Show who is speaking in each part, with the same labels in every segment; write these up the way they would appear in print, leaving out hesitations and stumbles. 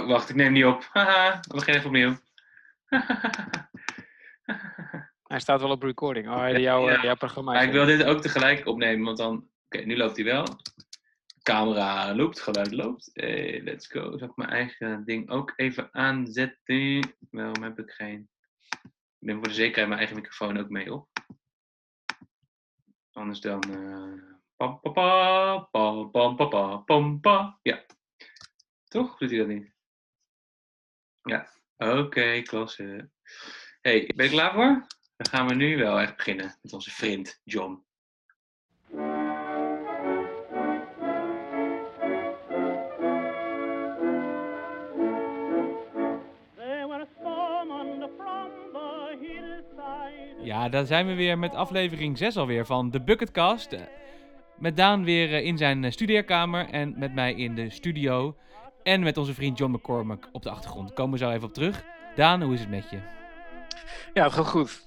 Speaker 1: Oh, wacht, ik neem niet op. Haha, we beginnen even opnieuw.
Speaker 2: Hij staat wel op recording. Oh,
Speaker 1: Ja,
Speaker 2: jouw programma
Speaker 1: maar
Speaker 2: is
Speaker 1: ik wil dit ook tegelijk opnemen, want dan... Oké, nu loopt hij wel. Camera loopt, geluid loopt. Let's go. Zal ik mijn eigen ding ook even aanzetten? Waarom heb ik geen... Ik neem voor de zekerheid mijn eigen microfoon ook mee op. Anders dan... Pam, pa, pa, pam, pam, pa, pa, pam, pa. Ja. Toch? Doet hij dat niet? Ja. Oké, klasse. Hey, ben je klaar voor? Dan gaan we nu wel echt beginnen met onze vriend John.
Speaker 3: Ja, daar zijn we weer met aflevering 6 alweer van de Bucketcast. Met Daan weer in zijn studeerkamer en met mij in de studio. En met onze vriend John McCormack op de achtergrond. Komen we zo even op terug. Daan, hoe is het met je?
Speaker 2: Ja, het gaat goed.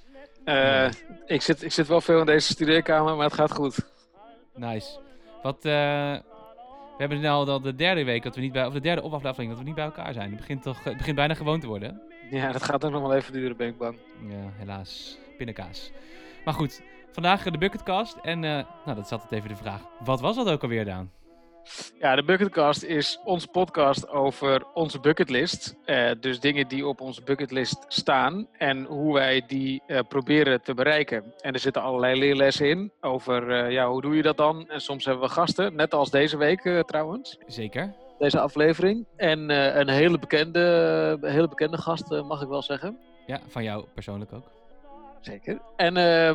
Speaker 2: Ik zit wel veel in deze studeerkamer, maar het gaat goed.
Speaker 3: Nice. We hebben nu al de derde week dat we niet bij, of de derde aflevering dat we niet bij elkaar zijn. Het begint bijna gewoon te worden.
Speaker 2: Ja, dat gaat ook nog wel even duren, ben ik bang.
Speaker 3: Ja, helaas. Pindakaas. Maar goed, vandaag de Bucketcast. En dat is altijd even de vraag. Wat was dat ook alweer, Daan?
Speaker 2: Ja, de Bucketcast is onze podcast over onze bucketlist. Dus dingen die op onze bucketlist staan en hoe wij die proberen te bereiken. En er zitten allerlei leerlessen in over hoe doe je dat dan? En soms hebben we gasten, net als deze week trouwens.
Speaker 3: Zeker.
Speaker 2: Deze aflevering. En een hele bekende gast, mag ik wel zeggen.
Speaker 3: Ja, van jou persoonlijk ook.
Speaker 2: Zeker. En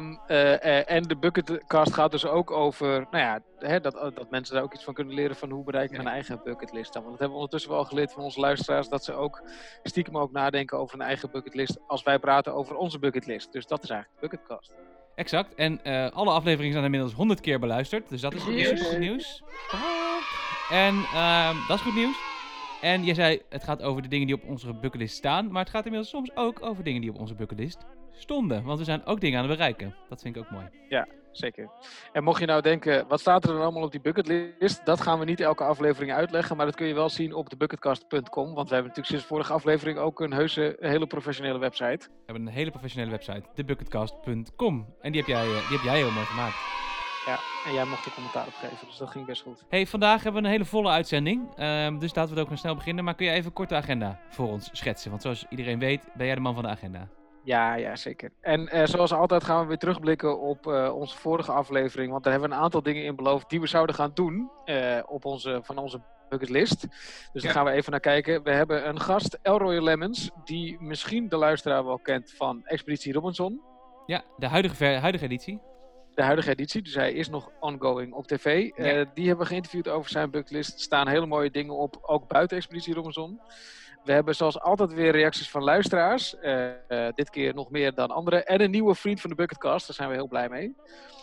Speaker 2: de Bucketcast gaat dus ook over, dat mensen daar ook iets van kunnen leren van hoe bereik ik mijn eigen bucketlist dan. Want dat hebben we ondertussen wel geleerd van onze luisteraars, dat ze ook stiekem ook nadenken over een eigen bucketlist als wij praten over onze bucketlist. Dus dat is eigenlijk de Bucketcast.
Speaker 3: Exact. En alle afleveringen zijn inmiddels 100 keer beluisterd. Dus dat is goed nieuws. En dat is goed nieuws. En jij zei, het gaat over de dingen die op onze bucketlist staan. Maar het gaat inmiddels soms ook over dingen die op onze bucketlist stonden. Want we zijn ook dingen aan het bereiken. Dat vind ik ook mooi.
Speaker 2: Ja, zeker. En mocht je nou denken, wat staat er dan allemaal op die bucketlist? Dat gaan we niet elke aflevering uitleggen. Maar dat kun je wel zien op thebucketcast.com. Want we hebben natuurlijk sinds de vorige aflevering ook een hele professionele website.
Speaker 3: We hebben een hele professionele website, thebucketcast.com. En die heb jij heel mooi gemaakt.
Speaker 2: Ja, en jij mocht er commentaar op geven, dus dat ging best goed.
Speaker 3: Hey, vandaag hebben we een hele volle uitzending. Dus laten we het ook maar snel beginnen. Maar kun je even kort de agenda voor ons schetsen? Want zoals iedereen weet, ben jij de man van de agenda.
Speaker 2: Ja, zeker. En zoals altijd gaan we weer terugblikken op onze vorige aflevering. Want daar hebben we een aantal dingen in beloofd die we zouden gaan doen van onze bucketlist. Dus daar gaan we even naar kijken. We hebben een gast, Elroy Lemmens, die misschien de luisteraar wel kent van Expeditie Robinson.
Speaker 3: Ja, de huidige editie.
Speaker 2: De huidige editie, dus hij is nog ongoing op tv.
Speaker 3: Ja.
Speaker 2: Die hebben we geïnterviewd over zijn bucketlist. Er staan hele mooie dingen op, ook buiten Expeditie Robinson. We hebben zoals altijd weer reacties van luisteraars. Dit keer nog meer dan anderen. En een nieuwe vriend van de Bucketcast, daar zijn we heel blij mee.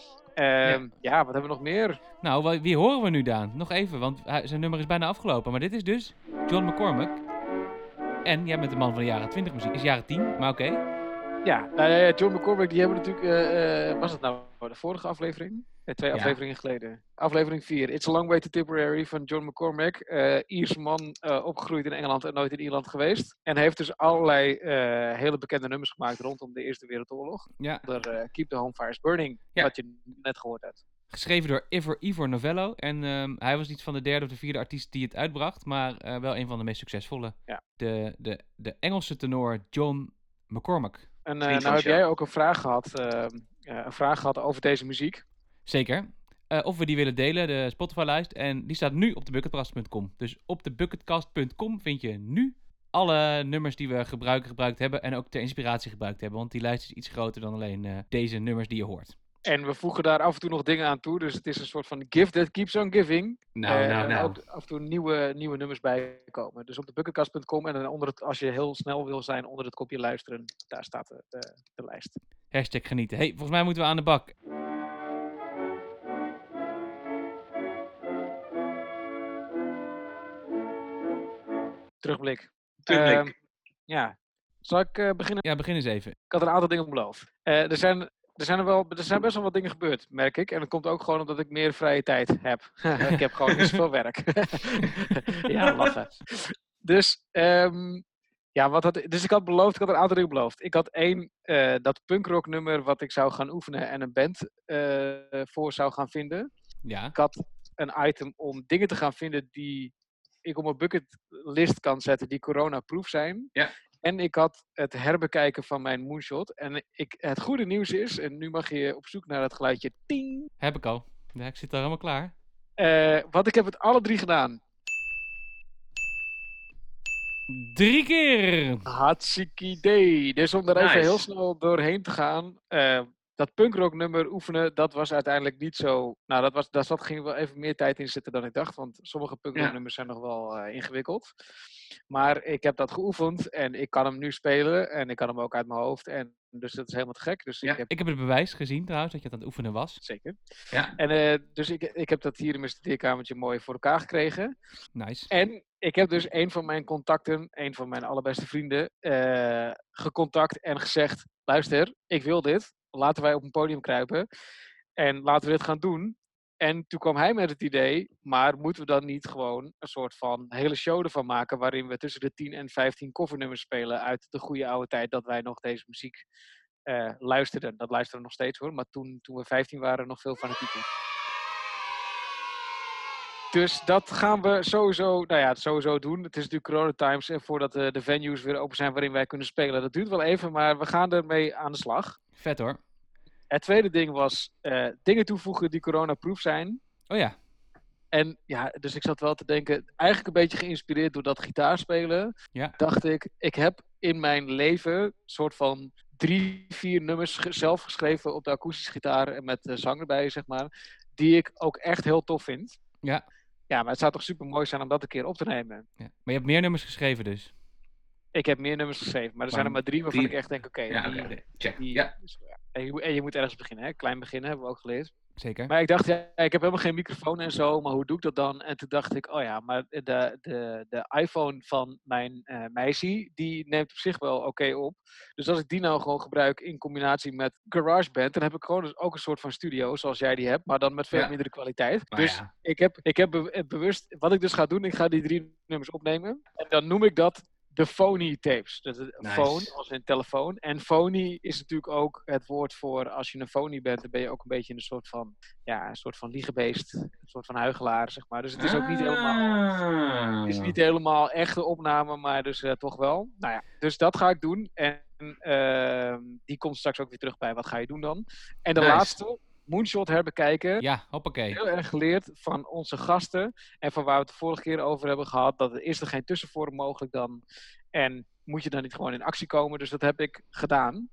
Speaker 2: Wat hebben we nog meer?
Speaker 3: Nou, wie horen we nu, Daan? Nog even, want zijn nummer is bijna afgelopen. Maar dit is dus John McCormack. En jij bent de man van de jaren 20 muziek. Is jaren 10, maar oké.
Speaker 2: Ja, John McCormack, die hebben natuurlijk... was het nou de vorige aflevering? 2 afleveringen geleden. Aflevering 4. It's a Long Way to Tipperary van John McCormack. Ierse man, opgegroeid in Engeland en nooit in Ierland geweest. En heeft dus allerlei hele bekende nummers gemaakt rondom de Eerste Wereldoorlog.
Speaker 3: Ja.
Speaker 2: Onder Keep the Home Fires Burning, wat je net gehoord hebt.
Speaker 3: Geschreven door Ivor Novello. En hij was niet van de derde of de vierde artiest die het uitbracht. Maar wel een van de meest succesvolle.
Speaker 2: Ja.
Speaker 3: De Engelse tenor John McCormack.
Speaker 2: En nou heb jij ook een vraag gehad over deze muziek.
Speaker 3: Zeker. Of we die willen delen, de Spotify-lijst. En die staat nu op thebucketcast.com. Dus op thebucketcast.com vind je nu alle nummers die we gebruikt hebben. En ook ter inspiratie gebruikt hebben. Want die lijst is iets groter dan alleen deze nummers die je hoort.
Speaker 2: En we voegen daar af en toe nog dingen aan toe. Dus het is een soort van gift that keeps on giving.
Speaker 3: Nou.
Speaker 2: Ook af en toe nieuwe nummers bijkomen. Dus op thebucketcast.com. En dan als je heel snel wil zijn, onder het kopje luisteren. Daar staat de lijst.
Speaker 3: Hashtag genieten. Hey, volgens mij moeten we aan de bak.
Speaker 2: Terugblik. Zal ik beginnen?
Speaker 3: Ja, begin eens even.
Speaker 2: Ik had een aantal dingen beloofd. Er zijn best wel wat dingen gebeurd, merk ik. En dat komt ook gewoon omdat ik meer vrije tijd heb. Ik heb gewoon niet zoveel werk. Ja, lachen. Dus, dus ik had een aantal dingen beloofd. Ik had dat punkrock nummer wat ik zou gaan oefenen en een band voor zou gaan vinden.
Speaker 3: Ja.
Speaker 2: Ik had een item om dingen te gaan vinden die ik op mijn bucketlist kan zetten die corona-proof zijn.
Speaker 1: Ja.
Speaker 2: En ik had het herbekijken van mijn moonshot. En het goede nieuws is, en nu mag je op zoek naar het geluidje ting.
Speaker 3: Heb ik al. Ja, ik zit al helemaal klaar.
Speaker 2: Want ik heb het alle 3 gedaan.
Speaker 3: 3 keer!
Speaker 2: Hartstikke idee. Dus om er even
Speaker 1: Nice.
Speaker 2: heel snel doorheen te gaan. Dat punkrock nummer oefenen, dat was uiteindelijk niet zo... Nou, daar ging wel even meer tijd in zitten dan ik dacht. Want sommige punkrock nummers zijn nog wel ingewikkeld. Maar ik heb dat geoefend en ik kan hem nu spelen. En ik kan hem ook uit mijn hoofd. En dus dat is helemaal te gek. Dus
Speaker 1: Ja.
Speaker 3: Ik heb het bewijs gezien trouwens, dat je het aan het oefenen was.
Speaker 2: Zeker.
Speaker 1: Ja.
Speaker 2: En dus ik heb dat hier in mijn studeerkamertje mooi voor elkaar gekregen.
Speaker 3: Nice.
Speaker 2: En ik heb dus een van mijn contacten, een van mijn allerbeste vrienden, gecontact en gezegd: luister, ik wil dit. Laten wij op een podium kruipen. En laten we dit gaan doen. En toen kwam hij met het idee, maar moeten we dan niet gewoon een soort van hele show ervan maken, waarin we tussen de 10 en 15 covernummers spelen uit de goede oude tijd dat wij nog deze muziek luisterden. Dat luisteren we nog steeds hoor, maar toen we 15 waren nog veel fanatieker. Dus dat gaan we sowieso doen. Het is natuurlijk coronatimes en voordat de venues weer open zijn waarin wij kunnen spelen. Dat duurt wel even, maar we gaan ermee aan de slag.
Speaker 3: Vet hoor.
Speaker 2: Het tweede ding was dingen toevoegen die corona-proof zijn.
Speaker 3: Oh ja.
Speaker 2: En ja, dus ik zat wel te denken, eigenlijk een beetje geïnspireerd door dat gitaarspelen.
Speaker 3: Ja.
Speaker 2: Dacht ik heb in mijn leven soort van 3, 4 nummers zelf geschreven op de akoestische gitaar en met zang erbij, zeg maar. Die ik ook echt heel tof vind.
Speaker 3: Ja.
Speaker 2: Ja, maar het zou toch super mooi zijn om dat een keer op te nemen.
Speaker 3: Ja. Maar je hebt meer nummers geschreven dus?
Speaker 2: Ik heb meer nummers geschreven, maar er zijn er maar 3 waarvan ik echt denk, oké.
Speaker 1: Check.
Speaker 2: En je moet ergens beginnen, hè? Klein beginnen, hebben we ook geleerd.
Speaker 3: Zeker.
Speaker 2: Maar ik dacht, ja, ik heb helemaal geen microfoon en zo, maar hoe doe ik dat dan? En toen dacht ik, oh ja, maar de iPhone van mijn meisje, die neemt op zich wel oké op. Dus als ik die nou gewoon gebruik in combinatie met GarageBand, dan heb ik gewoon dus ook een soort van studio, zoals jij die hebt, maar dan met veel mindere kwaliteit.
Speaker 1: Maar
Speaker 2: dus
Speaker 1: ja.
Speaker 2: ik heb bewust, wat ik dus ga doen, ik ga die 3 nummers opnemen. En dan noem ik dat de phony tapes. Dus phone als in telefoon. En phony is natuurlijk ook het woord voor als je een phony bent, dan ben je ook een beetje een soort van liegebeest. Een soort van huigelaar, zeg maar. Dus het is ook niet helemaal echte opname, maar dus toch wel. Nou ja, dus dat ga ik doen. En die komt straks ook weer terug bij wat ga je doen dan. En de laatste, Moonshot herbekijken.
Speaker 3: Ja, hoppakee.
Speaker 2: Heel erg geleerd van onze gasten. En van waar we het de vorige keer over hebben gehad. Dat is er geen tussenvorm mogelijk dan. En moet je dan niet gewoon in actie komen. Dus dat heb ik gedaan.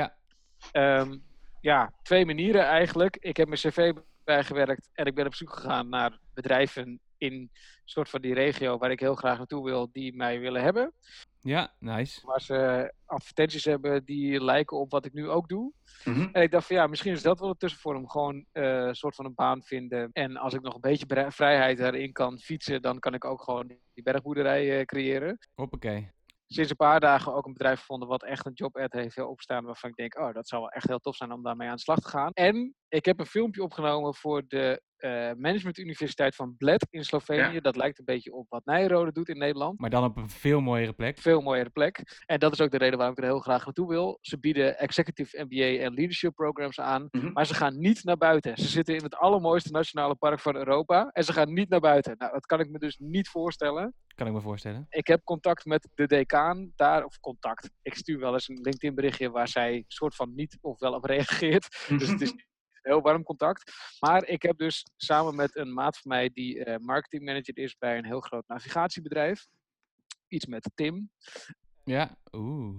Speaker 3: Ja.
Speaker 2: 2 manieren eigenlijk. Ik heb mijn cv bijgewerkt. En ik ben op zoek gegaan naar bedrijven in soort van die regio waar ik heel graag naartoe wil. Die mij willen hebben.
Speaker 3: Ja, nice.
Speaker 2: Waar ze advertenties hebben die lijken op wat ik nu ook doe.
Speaker 1: Mm-hmm.
Speaker 2: En ik dacht van ja, misschien is dat wel een tussenvorm. Gewoon een soort van een baan vinden. En als ik nog een beetje vrijheid daarin kan fietsen, dan kan ik ook gewoon die bergboerderij creëren.
Speaker 3: Hoppakee.
Speaker 2: Sinds een paar dagen ook een bedrijf gevonden wat echt een job-ad heeft opstaan. Waarvan ik denk, oh, dat zou wel echt heel tof zijn om daarmee aan de slag te gaan. En ik heb een filmpje opgenomen voor de Management Universiteit van Bled in Slovenië.
Speaker 1: Ja.
Speaker 2: Dat lijkt een beetje op wat Nijrode doet in Nederland.
Speaker 3: Maar dan op een veel mooiere plek.
Speaker 2: Veel mooiere plek. En dat is ook de reden waarom ik er heel graag naartoe wil. Ze bieden Executive MBA en Leadership Programs aan.
Speaker 1: Mm-hmm.
Speaker 2: Maar ze gaan niet naar buiten. Ze zitten in het allermooiste nationale park van Europa. En ze gaan niet naar buiten. Nou, dat kan ik me dus niet voorstellen.
Speaker 3: Kan ik me voorstellen.
Speaker 2: Ik heb contact met de decaan daar. Of contact. Ik stuur wel eens een LinkedIn berichtje waar zij soort van niet of wel op reageert. Dus het is heel warm contact. Maar ik heb dus samen met een maat van mij die marketingmanager is bij een heel groot navigatiebedrijf. Iets met Tim.
Speaker 3: Ja, oeh.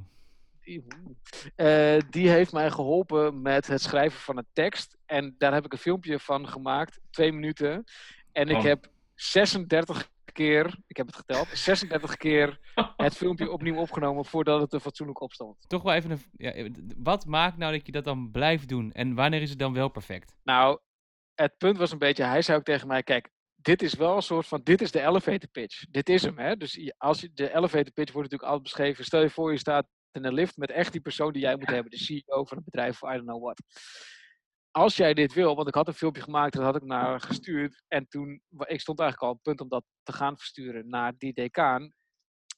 Speaker 2: Die heeft mij geholpen met het schrijven van een tekst. En daar heb ik een filmpje van gemaakt. 2 minuten. En ik heb 36 keer, ik heb het geteld, 36 keer het filmpje opnieuw opgenomen voordat het er fatsoenlijk op stond.
Speaker 3: Toch wel even wat maakt nou dat je dat dan blijft doen? En wanneer is het dan wel perfect?
Speaker 2: Nou, het punt was een beetje, hij zei ook tegen mij, kijk, dit is wel een soort van, dit is de elevator pitch. Dit is hem, hè. Dus de elevator pitch wordt natuurlijk altijd beschreven. Stel je voor, je staat in een lift met echt die persoon die jij moet hebben. De CEO van een bedrijf of I don't know what. Als jij dit wil, want ik had een filmpje gemaakt, dat had ik naar gestuurd. En toen, ik stond eigenlijk al op het punt om dat te gaan versturen naar die decaan.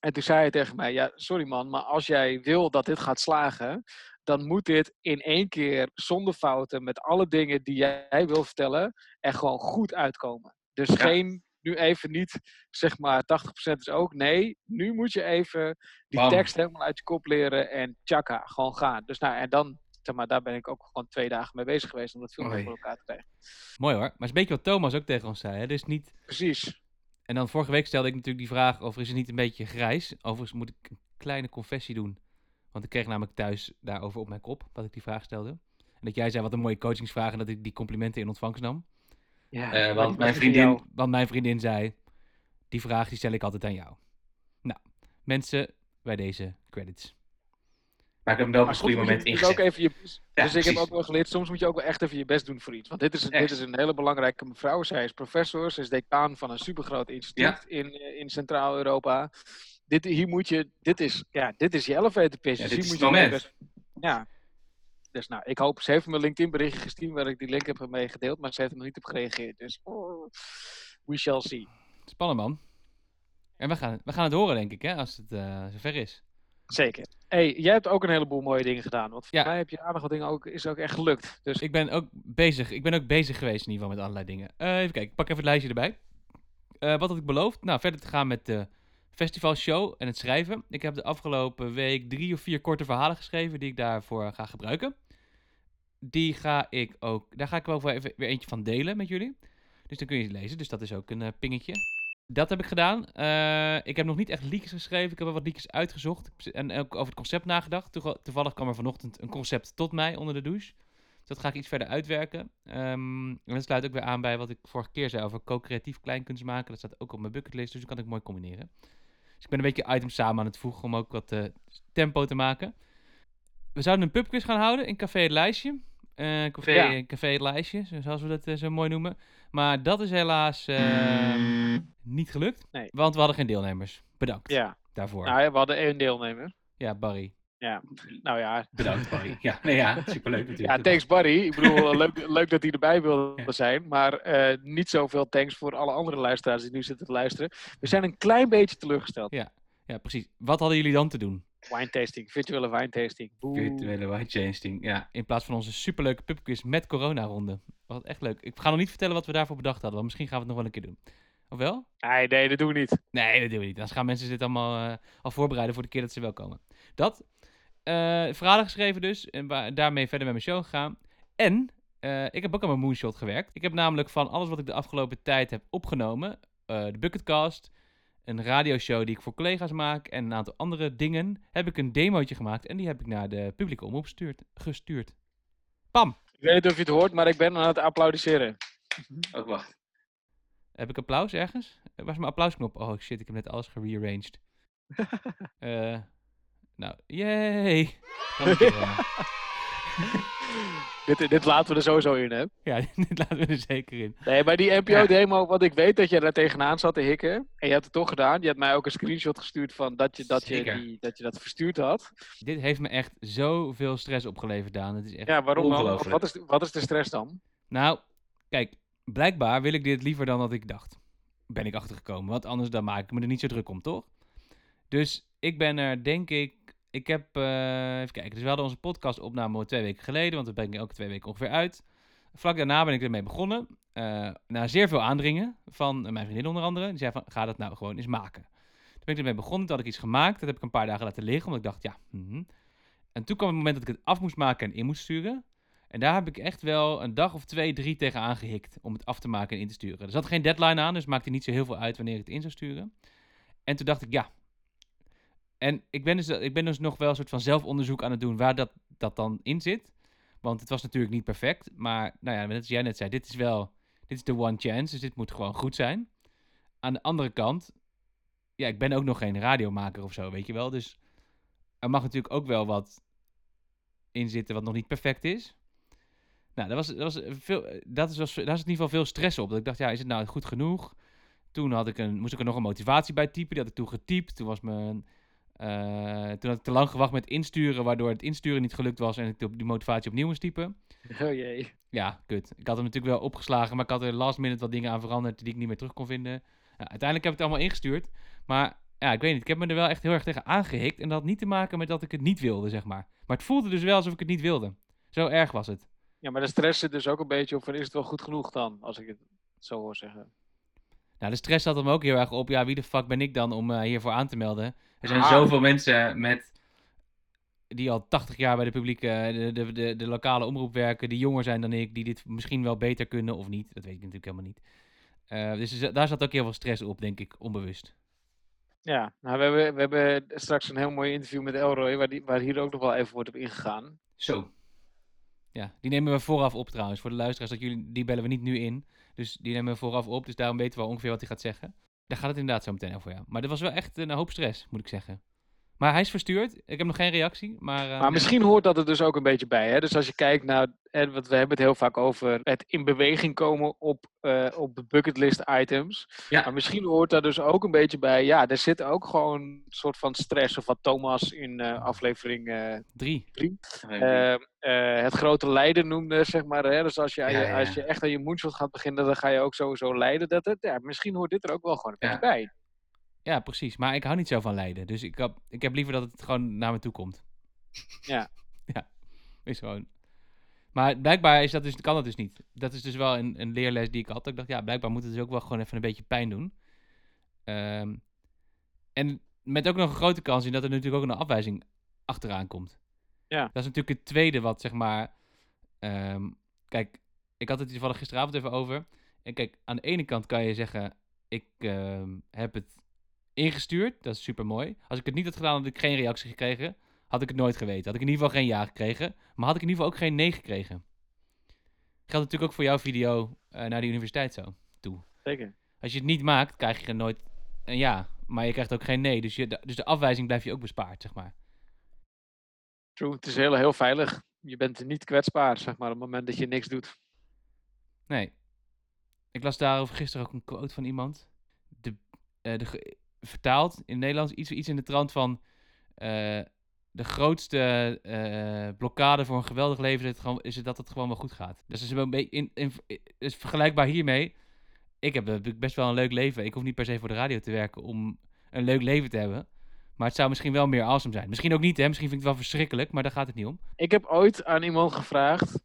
Speaker 2: En toen zei hij tegen mij, ja, sorry man, maar als jij wil dat dit gaat slagen, dan moet dit in 1 keer zonder fouten, met alle dingen die jij wil vertellen, er gewoon goed uitkomen. Dus geen, nu even niet, zeg maar, 80% is ook. Nee, nu moet je even die
Speaker 1: Bam.
Speaker 2: tekst helemaal uit je kop leren en tjaka, gewoon gaan. Dus nou, en dan, zeg maar, daar ben ik ook gewoon 2 dagen mee bezig geweest om dat filmpje voor elkaar te krijgen.
Speaker 3: Mooi hoor. Maar het is een beetje wat Thomas ook tegen ons zei. Hè? Dus niet...
Speaker 2: Precies.
Speaker 3: En dan vorige week stelde ik natuurlijk die vraag over is het niet een beetje grijs? Overigens moet ik een kleine confessie doen. Want ik kreeg namelijk thuis daarover op mijn kop, dat ik die vraag stelde. En dat jij zei wat een mooie coachingsvraag en dat ik die complimenten in ontvangst nam.
Speaker 2: Ja,
Speaker 1: Want
Speaker 3: mijn vriendin zei, die vraag die stel ik altijd aan jou. Nou, mensen, bij deze credits.
Speaker 1: Maar ik heb hem wel op een
Speaker 2: soms
Speaker 1: goede
Speaker 2: moet je
Speaker 1: moment
Speaker 2: natuurlijk
Speaker 1: ingezet.
Speaker 2: ook even
Speaker 1: Ja,
Speaker 2: dus ik heb
Speaker 1: precies.
Speaker 2: ook wel geleerd, soms moet je ook wel echt even je best doen voor iets. Want dit is een hele belangrijke mevrouw. Zij is professor, ze is decaan van een supergroot instituut in Centraal-Europa. Dit is je elevator pitch.
Speaker 1: Ja,
Speaker 2: Dus
Speaker 1: dit
Speaker 2: hier
Speaker 1: is
Speaker 2: moet
Speaker 1: het
Speaker 2: je
Speaker 1: moment.
Speaker 2: best- Ja. Dus nou, ik hoop, ze heeft me LinkedIn berichtje gestuurd waar ik die link heb mee gedeeld, maar ze heeft er nog niet op gereageerd. Dus we shall see.
Speaker 3: Spannend man. En we gaan het horen denk ik, hè, als het zover is.
Speaker 2: Zeker. Hey, jij hebt ook een heleboel mooie dingen gedaan. Want voor
Speaker 3: Ja.
Speaker 2: mij heb je aardig wat dingen is ook echt gelukt. Dus
Speaker 3: Ik ben ook bezig geweest in ieder geval met allerlei dingen. Even kijken, ik pak even het lijstje erbij. Wat had ik beloofd? Nou, verder te gaan met de festivalshow en het schrijven. Ik heb de afgelopen week 3 of 4 korte verhalen geschreven die ik daarvoor ga gebruiken. Daar ga ik wel even weer eentje van delen met jullie. Dus dan kun je het lezen, dus dat is ook een pingetje. Dat heb ik gedaan. Ik heb nog niet echt leakjes geschreven. Ik heb wel wat leakjes uitgezocht. En ook over het concept nagedacht. Toevallig kwam er vanochtend een concept tot mij onder de douche. Dus dat ga ik iets verder uitwerken. En dat sluit ook weer aan bij wat ik vorige keer zei over co-creatief kleinkunst maken. Dat staat ook op mijn bucketlist, dus dat kan ik mooi combineren. Dus ik ben een beetje items samen aan het voegen om ook wat tempo te maken. We zouden een pubquiz gaan houden in Café Het Lijstje. Café Het Lijstje, zoals we dat zo mooi noemen. Maar dat is helaas niet gelukt.
Speaker 2: Nee.
Speaker 3: Want we hadden geen deelnemers. Bedankt daarvoor.
Speaker 2: Nou, we hadden 1 deelnemer.
Speaker 3: Ja, Barry.
Speaker 2: Ja, nou ja.
Speaker 1: Bedankt, Barry. Ja, nee, ja, superleuk natuurlijk.
Speaker 2: Ja, thanks Barry. Ik bedoel, leuk dat hij erbij wilde zijn. Maar niet zoveel thanks voor alle andere luisteraars die nu zitten te luisteren. We zijn een klein beetje teleurgesteld.
Speaker 3: Ja, precies. Wat hadden jullie dan te doen?
Speaker 2: Wine tasting, virtuele wine tasting.
Speaker 1: Virtuele white tasting, ja.
Speaker 3: In plaats van onze superleuke pubquiz met corona-ronde. Wat echt leuk. Ik ga nog niet vertellen wat we daarvoor bedacht hadden. Want misschien gaan we het nog wel een keer doen. Of wel?
Speaker 2: Nee, dat doen we niet.
Speaker 3: Nee, dat doen we niet. Dan gaan mensen dit allemaal al voorbereiden voor de keer dat ze wel komen. Dat. Verhalen geschreven dus. En daarmee verder met mijn show gegaan. En ik heb ook aan mijn moonshot gewerkt. Ik heb namelijk van alles wat ik de afgelopen tijd heb opgenomen. De Bucketcast. Een radioshow die ik voor collega's maak. En een aantal andere dingen. Heb ik een demootje gemaakt. En die heb ik naar de publieke omroep gestuurd. Pam!
Speaker 2: Ik weet niet of je het hoort, maar ik ben aan het applaudisseren.
Speaker 1: Ook wacht.
Speaker 3: Heb ik applaus ergens? Waar is mijn applausknop? Oh shit, ik heb net alles gerearranged. Nou, yay!
Speaker 2: Dit laten we er sowieso in, hè?
Speaker 3: Ja, dit laten we er zeker in.
Speaker 2: Nee, bij die NPO-demo, want ik weet dat je daar tegenaan zat te hikken. En je hebt het toch gedaan. Je hebt mij ook een screenshot gestuurd van dat je dat verstuurd had.
Speaker 3: Dit heeft me echt zoveel stress opgeleverd, Daan. Het is echt...
Speaker 2: Ja, waarom dan?
Speaker 1: ongelooflijk.
Speaker 2: Wat is de stress dan?
Speaker 3: Nou, kijk, blijkbaar wil ik dit liever dan dat ik dacht. Ben ik achtergekomen, want anders dan maak ik me er niet zo druk om, toch? Dus ik ben er, denk ik... Ik heb, even kijken, dus we hadden onze podcastopname 2 weken geleden, want we brengen elke 2 weken ongeveer uit. Vlak daarna ben ik ermee begonnen, na zeer veel aandringen van mijn vriendin onder andere. Die zei van, ga dat nou gewoon eens maken. Toen ben ik ermee begonnen, toen had ik iets gemaakt, dat heb ik een paar dagen laten liggen, omdat ik dacht, ja. En toen kwam het moment dat ik het af moest maken en in moest sturen. En daar heb ik echt wel een dag of 2, 3 tegen aangehikt om het af te maken en in te sturen. Er zat geen deadline aan, dus het maakte niet zo heel veel uit wanneer ik het in zou sturen. En toen dacht ik, ja. En ik ben dus nog wel een soort van zelfonderzoek aan het doen waar dat dan in zit. Want het was natuurlijk niet perfect. Maar nou ja, net als jij net zei, dit is de one chance. Dus dit moet gewoon goed zijn. Aan de andere kant, ja, ik ben ook nog geen radiomaker of zo, weet je wel. Dus er mag natuurlijk ook wel wat in zitten wat nog niet perfect is. Nou, daar zit in ieder geval veel stress op. Dat ik dacht, ja, is het nou goed genoeg? Toen moest ik er nog een motivatie bij typen. Die had ik toen getypt. Toen had ik te lang gewacht met insturen, waardoor het insturen niet gelukt was en ik die motivatie opnieuw moest typen.
Speaker 2: Oh jee.
Speaker 3: Ja, kut. Ik had hem natuurlijk wel opgeslagen, maar ik had er last minute wat dingen aan veranderd die ik niet meer terug kon vinden. Nou, uiteindelijk heb ik het allemaal ingestuurd. Maar Ja, ik weet niet. Ik heb me er wel echt heel erg tegen aangehikt. En dat had niet te maken met dat ik het niet wilde, zeg maar. Maar het voelde dus wel alsof ik het niet wilde. Zo erg was het.
Speaker 2: Ja, maar de stress zit dus ook een beetje op van, is het wel goed genoeg dan? Als ik het zo hoor zeggen.
Speaker 3: Nou, de stress zat hem ook heel erg op. Ja, wie de fuck ben ik dan om hiervoor aan te melden? Er zijn
Speaker 1: Ah.
Speaker 3: zoveel mensen die al 80 jaar bij de publieke, de lokale omroep werken, die jonger zijn dan ik, die dit misschien wel beter kunnen of niet. Dat weet ik natuurlijk helemaal niet. Dus daar zat ook heel veel stress op, denk ik, onbewust.
Speaker 2: Ja, nou, we hebben straks een heel mooi interview met Elroy, waar hier ook nog wel even wordt op ingegaan.
Speaker 1: Zo.
Speaker 3: Ja, die nemen we vooraf op trouwens. Voor de luisteraars, die bellen we niet nu in. Dus die nemen we vooraf op. Dus daarom weten we ongeveer wat hij gaat zeggen. Daar gaat het inderdaad zo meteen over, ja. Maar dat was wel echt een hoop stress, moet ik zeggen. Maar hij is verstuurd. Ik heb nog geen reactie. Maar
Speaker 2: misschien hoort dat er dus ook een beetje bij. Hè? Dus als je kijkt naar, want we hebben het heel vaak over het in beweging komen op de bucketlist items.
Speaker 1: Ja.
Speaker 2: Maar misschien hoort daar dus ook een beetje bij. Ja, er zit ook gewoon een soort van stress. Of wat Thomas in aflevering
Speaker 3: 3.
Speaker 2: het grote lijden noemde, zeg maar. Hè? Dus als je echt aan je moonshot gaat beginnen, dan ga je ook sowieso lijden. Misschien hoort dit er ook wel gewoon een beetje bij.
Speaker 3: Ja, precies. Maar ik hou niet zo van lijden. Dus ik heb liever dat het gewoon naar me toe komt.
Speaker 2: Ja.
Speaker 3: Ja, is gewoon. Maar blijkbaar kan dat dus niet. Dat is dus wel een leerles die ik had. Ik dacht, ja, blijkbaar moet het dus ook wel gewoon even een beetje pijn doen. En met ook nog een grote kans in dat er natuurlijk ook een afwijzing achteraan komt.
Speaker 2: Ja.
Speaker 3: Dat is natuurlijk het tweede wat, zeg maar... kijk, ik had het toevallig gisteravond even over. En kijk, aan de ene kant kan je zeggen... Ik heb het ingestuurd. Dat is super mooi. Als ik het niet had gedaan, had ik geen reactie gekregen. Had ik het nooit geweten. Had ik in ieder geval geen ja gekregen. Maar had ik in ieder geval ook geen nee gekregen. Geldt natuurlijk ook voor jouw video naar de universiteit zo. Toe.
Speaker 2: Zeker.
Speaker 3: Als je het niet maakt, krijg je nooit een ja. Maar je krijgt ook geen nee. Dus de afwijzing blijf je ook bespaard, zeg maar.
Speaker 2: True. Het is heel veilig. Je bent niet kwetsbaar, zeg maar, op het moment dat je niks doet.
Speaker 3: Nee. Ik las daarover gisteren ook een quote van iemand. Vertaald in het Nederlands iets in de trant van... de grootste blokkade voor een geweldig leven is het dat het gewoon wel goed gaat. Dus het is een beetje is vergelijkbaar hiermee. Ik heb best wel een leuk leven. Ik hoef niet per se voor de radio te werken om een leuk leven te hebben. Maar het zou misschien wel meer awesome zijn. Misschien ook niet, hè. Misschien vind ik het wel verschrikkelijk, maar daar gaat het niet om.
Speaker 2: Ik heb ooit aan iemand gevraagd...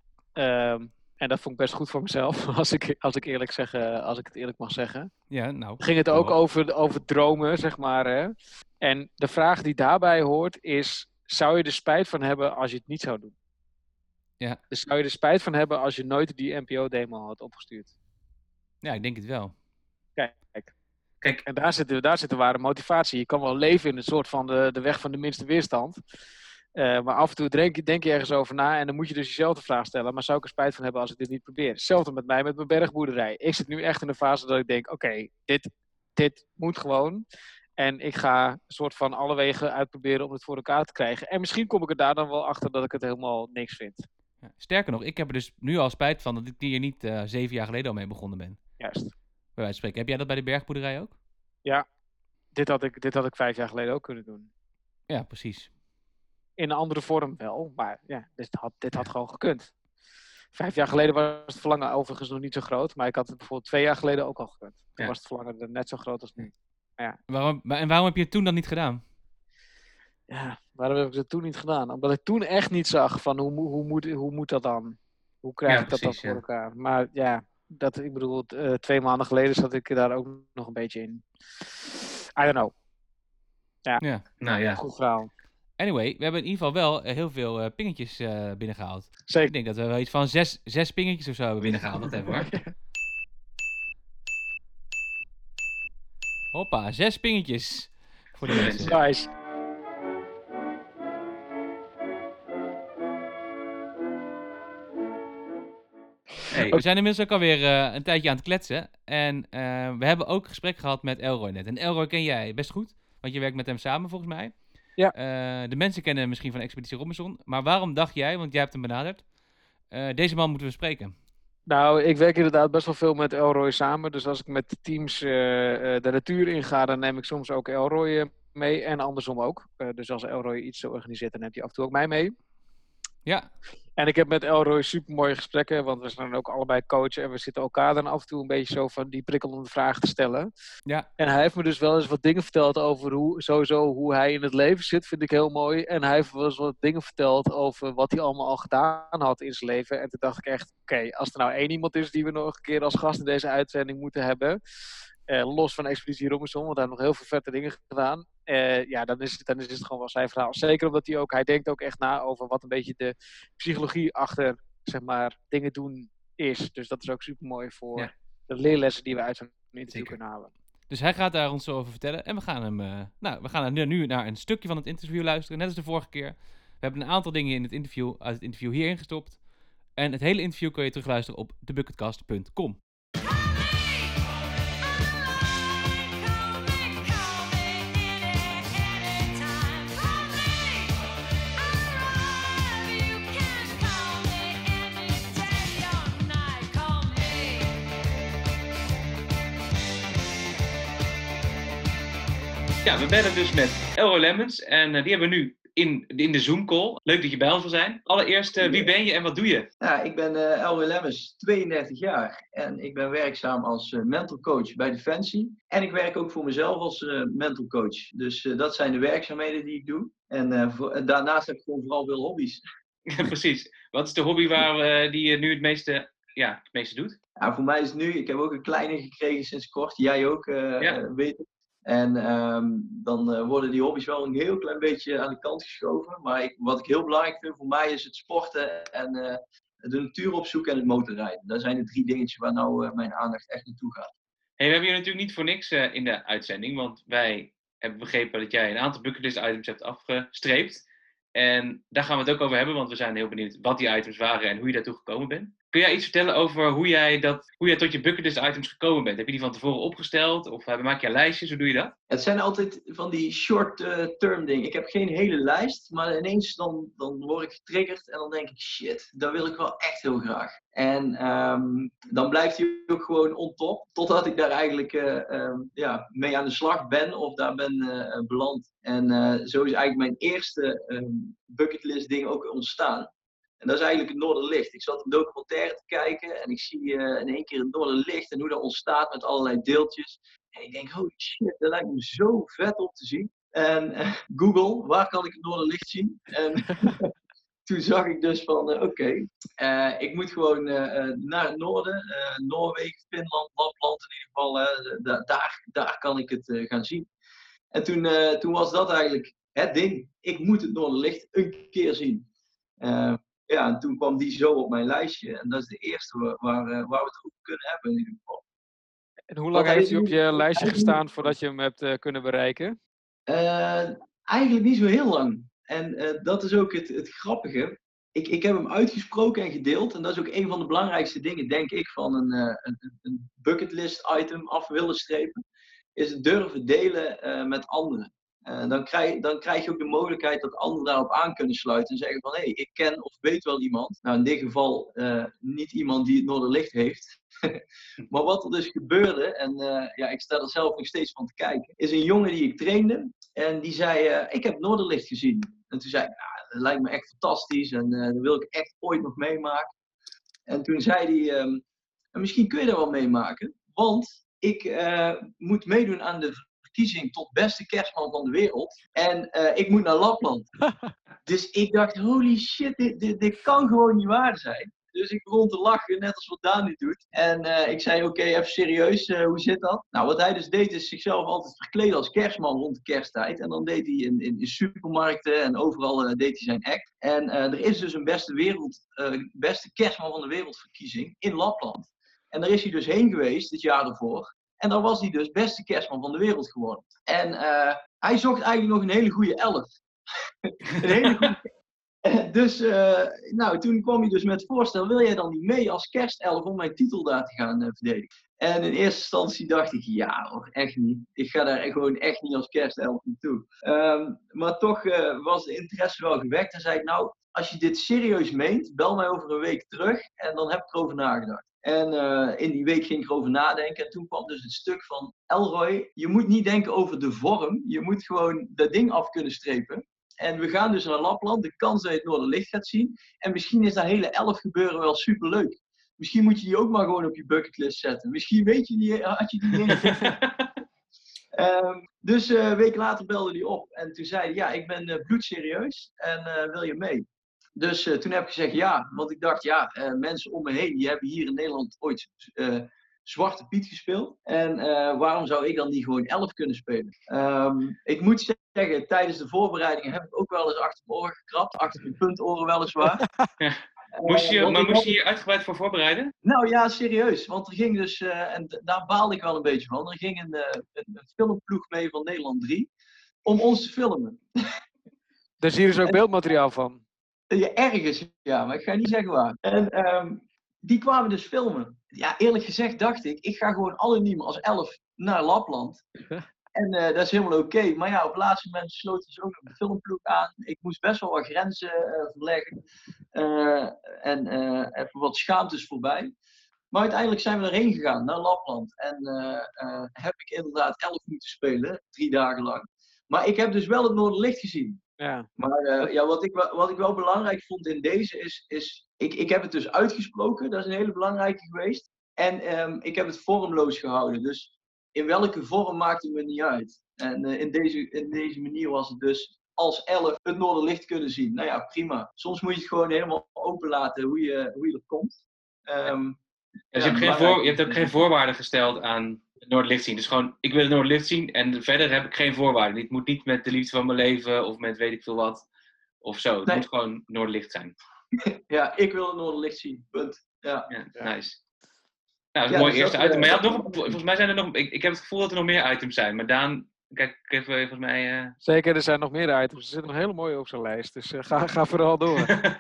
Speaker 2: en dat vond ik best goed voor mezelf, als ik het eerlijk mag zeggen.
Speaker 3: Ja, nou.
Speaker 2: Ging het ook over dromen, zeg maar. Hè? En de vraag die daarbij hoort is... Zou je er spijt van hebben als je het niet zou doen?
Speaker 3: Ja.
Speaker 2: Dus zou je er spijt van hebben als je nooit die NPO-demo had opgestuurd?
Speaker 3: Ja, ik denk het wel.
Speaker 2: Kijk, en daar zit de ware motivatie. Je kan wel leven in een soort van de weg van de minste weerstand. Maar af en toe denk je ergens over na en dan moet je dus jezelf de vraag stellen. Maar zou ik er spijt van hebben als ik dit niet probeer? Hetzelfde met mij met mijn bergboerderij. Ik zit nu echt in de fase dat ik denk, oké, dit moet gewoon. En ik ga een soort van alle wegen uitproberen om het voor elkaar te krijgen. En misschien kom ik er daar dan wel achter dat ik het helemaal niks vind.
Speaker 3: Ja, sterker nog, ik heb er dus nu al spijt van dat ik hier niet 7 jaar geleden al mee begonnen ben.
Speaker 2: Juist.
Speaker 3: Bij wijze van spreken. Heb jij dat bij de bergboerderij ook?
Speaker 2: Ja, dit had ik 5 jaar geleden ook kunnen doen.
Speaker 3: Ja, precies.
Speaker 2: In een andere vorm wel, maar ja, dit had gewoon gekund. 5 jaar geleden was het verlangen overigens nog niet zo groot, maar ik had het bijvoorbeeld 2 jaar geleden ook al gekund. Toen was het verlangen er net zo groot als nu. Ja.
Speaker 3: Waarom heb je het toen dan niet gedaan?
Speaker 2: Ja, waarom heb ik het toen niet gedaan? Omdat ik toen echt niet zag van hoe moet dat dan? Hoe krijg ik dat dan voor elkaar? Maar ja, ik bedoel, 2 maanden geleden zat ik daar ook nog een beetje in. I don't know. Ja.
Speaker 1: Nou ja.
Speaker 2: Goed verhaal.
Speaker 3: Anyway, we hebben in ieder geval wel heel veel pingetjes binnengehaald.
Speaker 2: Zeker.
Speaker 3: Ik denk dat we wel iets van 6 pingetjes of zo hebben binnengehaald. Dat even hoor. Hoppa, 6 pingetjes. Voor de mensen.
Speaker 2: Nice.
Speaker 3: Hey, we zijn inmiddels ook alweer een tijdje aan het kletsen. En we hebben ook gesprek gehad met Elroy net. En Elroy ken jij best goed, want je werkt met hem samen volgens mij.
Speaker 2: Ja.
Speaker 3: De mensen kennen hem misschien van Expeditie Robinson. Maar waarom dacht jij, want jij hebt hem benaderd, deze man moeten we spreken?
Speaker 2: Nou, ik werk inderdaad best wel veel met Elroy samen. Dus als ik met de teams de natuur inga, dan neem ik soms ook Elroy mee. En andersom ook. Dus als Elroy iets organiseert, dan neemt hij af en toe ook mij mee.
Speaker 3: Ja.
Speaker 2: En ik heb met Elroy super mooie gesprekken, want we zijn ook allebei coach en we zitten elkaar dan af en toe een beetje zo van die prikkelende vragen te stellen.
Speaker 3: Ja.
Speaker 2: En hij heeft me dus wel eens wat dingen verteld over hoe hij in het leven zit, vind ik heel mooi. En hij heeft wel eens wat dingen verteld over wat hij allemaal al gedaan had in zijn leven. En toen dacht ik echt, oké, als er nou één iemand is die we nog een keer als gast in deze uitzending moeten hebben, los van Expeditie Robinson, want hij heeft nog heel veel vette dingen gedaan. Dan is het gewoon wel zijn verhaal. Zeker omdat hij denkt ook echt na over wat een beetje de psychologie achter, zeg maar, dingen doen is. Dus dat is ook super mooi voor de leerlessen die we uit zo'n interview kunnen halen.
Speaker 3: Dus hij gaat daar ons zo over vertellen. En we gaan nu naar een stukje van het interview luisteren. Net als de vorige keer. We hebben een aantal dingen uit het interview hierin gestopt. En het hele interview kun je terugluisteren op thebucketcast.com.
Speaker 1: Ja, we bellen dus met Elroy Lemmens en die hebben we nu in de Zoom-call. Leuk dat je bij ons wil zijn. Allereerst, wie ben je en wat doe je?
Speaker 4: Ja, ik ben Elroy Lemmens, 32 jaar en ik ben werkzaam als mental coach bij Defensie. En ik werk ook voor mezelf als mental coach. Dus dat zijn de werkzaamheden die ik doe. En daarnaast heb ik gewoon vooral veel hobby's.
Speaker 1: Precies. Wat is de hobby die je nu het meeste doet?
Speaker 4: Ja, voor mij is het nu, ik heb ook een kleine gekregen sinds kort. Jij ook, weet ik. En dan worden die hobby's wel een heel klein beetje aan de kant geschoven. Maar wat ik heel belangrijk vind voor mij is het sporten en de natuur opzoeken en het motorrijden. Dat zijn de 3 dingetjes waar nou mijn aandacht echt naartoe gaat.
Speaker 1: Hey, we hebben je natuurlijk niet voor niks in de uitzending. Want wij hebben begrepen dat jij een aantal bucketlist items hebt afgestreept. En daar gaan we het ook over hebben, want we zijn heel benieuwd wat die items waren en hoe je daartoe gekomen bent. Kun jij iets vertellen over hoe jij tot je bucketlist items gekomen bent? Heb je die van tevoren opgesteld of maak je lijstjes? Hoe doe je dat?
Speaker 4: Het zijn altijd van die short-term dingen. Ik heb geen hele lijst, maar ineens dan word ik getriggerd en dan denk ik, shit, dat wil ik wel echt heel graag. En dan blijft hij ook gewoon on top, totdat ik daar eigenlijk mee aan de slag ben of daar ben beland. En zo is eigenlijk mijn eerste bucketlist ding ook ontstaan. En dat is eigenlijk het Noorderlicht. Ik zat een documentaire te kijken en ik zie in één keer het Noorderlicht en hoe dat ontstaat met allerlei deeltjes. En ik denk, holy shit, dat lijkt me zo vet om te zien. En Google, waar kan ik het Noorderlicht zien? En toen zag ik dus van, oké, ik moet gewoon naar het noorden. Noorwegen, Finland, Lapland in ieder geval. Daar kan ik het gaan zien. En toen was dat eigenlijk het ding. Ik moet het Noorderlicht een keer zien. En toen kwam die zo op mijn lijstje. En dat is de eerste waar we het over kunnen hebben in ieder geval.
Speaker 2: En hoe lang heeft hij op je lijstje gestaan voordat je hem hebt kunnen bereiken?
Speaker 4: Eigenlijk niet zo heel lang. En dat is ook het grappige. Ik heb hem uitgesproken en gedeeld. En dat is ook een van de belangrijkste dingen, denk ik, van een bucketlist item af willen strepen. Is het durven delen met anderen. Dan krijg je ook de mogelijkheid dat anderen daarop aan kunnen sluiten en zeggen van hé, ik ken of weet wel iemand. Nou, in dit geval niet iemand die het Noorderlicht heeft. Maar wat er dus gebeurde, en ik sta er zelf nog steeds van te kijken, is een jongen die ik trainde en die zei, ik heb het Noorderlicht gezien. En toen zei ik, dat lijkt me echt fantastisch en dat wil ik echt ooit nog meemaken. En toen zei hij, misschien kun je dat wel meemaken, want ik moet meedoen aan de verkiezing tot beste kerstman van de wereld. En ik moet naar Lapland. Dus ik dacht, holy shit, dit kan gewoon niet waar zijn. Dus ik begon te lachen, net als wat Daan nu doet. En ik zei, oké, even serieus, hoe zit dat? Nou, wat hij dus deed, is zichzelf altijd verkleden als kerstman rond de kersttijd. En dan deed hij in supermarkten en overal deed hij zijn act. En er is dus een beste kerstman van de wereldverkiezing in Lapland. En daar is hij dus heen geweest, het jaar ervoor. En dan was hij dus beste kerstman van de wereld geworden. En hij zocht eigenlijk nog een hele goede 11. Een hele goede... Dus toen kwam hij dus met het voorstel, wil jij dan niet mee als kerstelf om mijn titel daar te gaan verdedigen? En in eerste instantie dacht ik, ja hoor, echt niet. Ik ga daar gewoon echt niet als kerstelf naartoe. Maar toch was de interesse wel gewekt. En zei ik, nou, als je dit serieus meent, bel mij over een week terug en dan heb ik erover nagedacht. En in die week ging ik erover nadenken. En toen kwam dus het stuk van Elroy. Je moet niet denken over de vorm. Je moet gewoon dat ding af kunnen strepen. En we gaan dus naar Lapland. De kans dat je het Noorderlicht gaat zien. En misschien is dat hele 11 gebeuren wel superleuk. Misschien moet je die ook maar gewoon op je bucketlist zetten. Misschien weet je die, had je die niet. Dus een week later belde hij op. En toen zei hij, ja, ik ben bloedserieus. En wil je mee? Dus toen heb ik gezegd ja. Want ik dacht, ja, mensen om me heen, die hebben hier in Nederland ooit Zwarte Piet gespeeld. En waarom zou ik dan niet gewoon 11 kunnen spelen? Ik moet zeggen, tijdens de voorbereidingen heb ik ook wel eens achter mijn oren gekrapt. Achter mijn puntoren weliswaar.
Speaker 1: Moest je hier uitgebreid voor voorbereiden?
Speaker 4: Nou ja, serieus. Want er ging dus, en daar baalde ik wel een beetje van. Er ging een filmploeg mee van Nederland 3 om ons te filmen.
Speaker 2: Daar zie je dus ook beeldmateriaal van.
Speaker 4: Ja, ergens, ja, maar ik ga niet zeggen waar. En die kwamen dus filmen. Ja, eerlijk gezegd dacht ik ga gewoon anoniem als 11 naar Lapland. En dat is helemaal oké. Maar ja, op het laatste moment sloten ze ook nog de filmploeg aan. Ik moest best wel wat grenzen verleggen. En even wat schaamtes voorbij. Maar uiteindelijk zijn we erheen gegaan, naar Lapland. En heb ik inderdaad 11 moeten spelen, 3 dagen lang. Maar ik heb dus wel het Noorderlicht gezien.
Speaker 2: Ja.
Speaker 4: Maar ja, wat ik wel belangrijk vond in deze is ik heb het dus uitgesproken. Dat is een hele belangrijke geweest. En ik heb het vormloos gehouden. Dus in welke vorm maakt het me niet uit. En in deze manier was het dus als 11 het Noorderlicht kunnen zien. Nou ja, prima. Soms moet je het gewoon helemaal open laten hoe je er komt.
Speaker 1: Dus je hebt ook geen voorwaarden gesteld aan het Noorderlicht zien. Dus gewoon, ik wil het Noorderlicht zien en verder heb ik geen voorwaarden. Het moet niet met de liefde van mijn leven of met weet ik veel wat of zo. Het moet gewoon Noorderlicht zijn.
Speaker 4: Ja, ik wil het Noorderlicht zien. Punt. Ja.
Speaker 1: Nice. Nou, dat is een mooi eerste item. Maar ja, volgens mij zijn er nog... Ik heb het gevoel dat er nog meer items zijn. Maar Daan, kijk even volgens mij...
Speaker 2: Zeker, er zijn nog meer items. Er zit nog hele mooie op zijn lijst. Dus ga vooral door.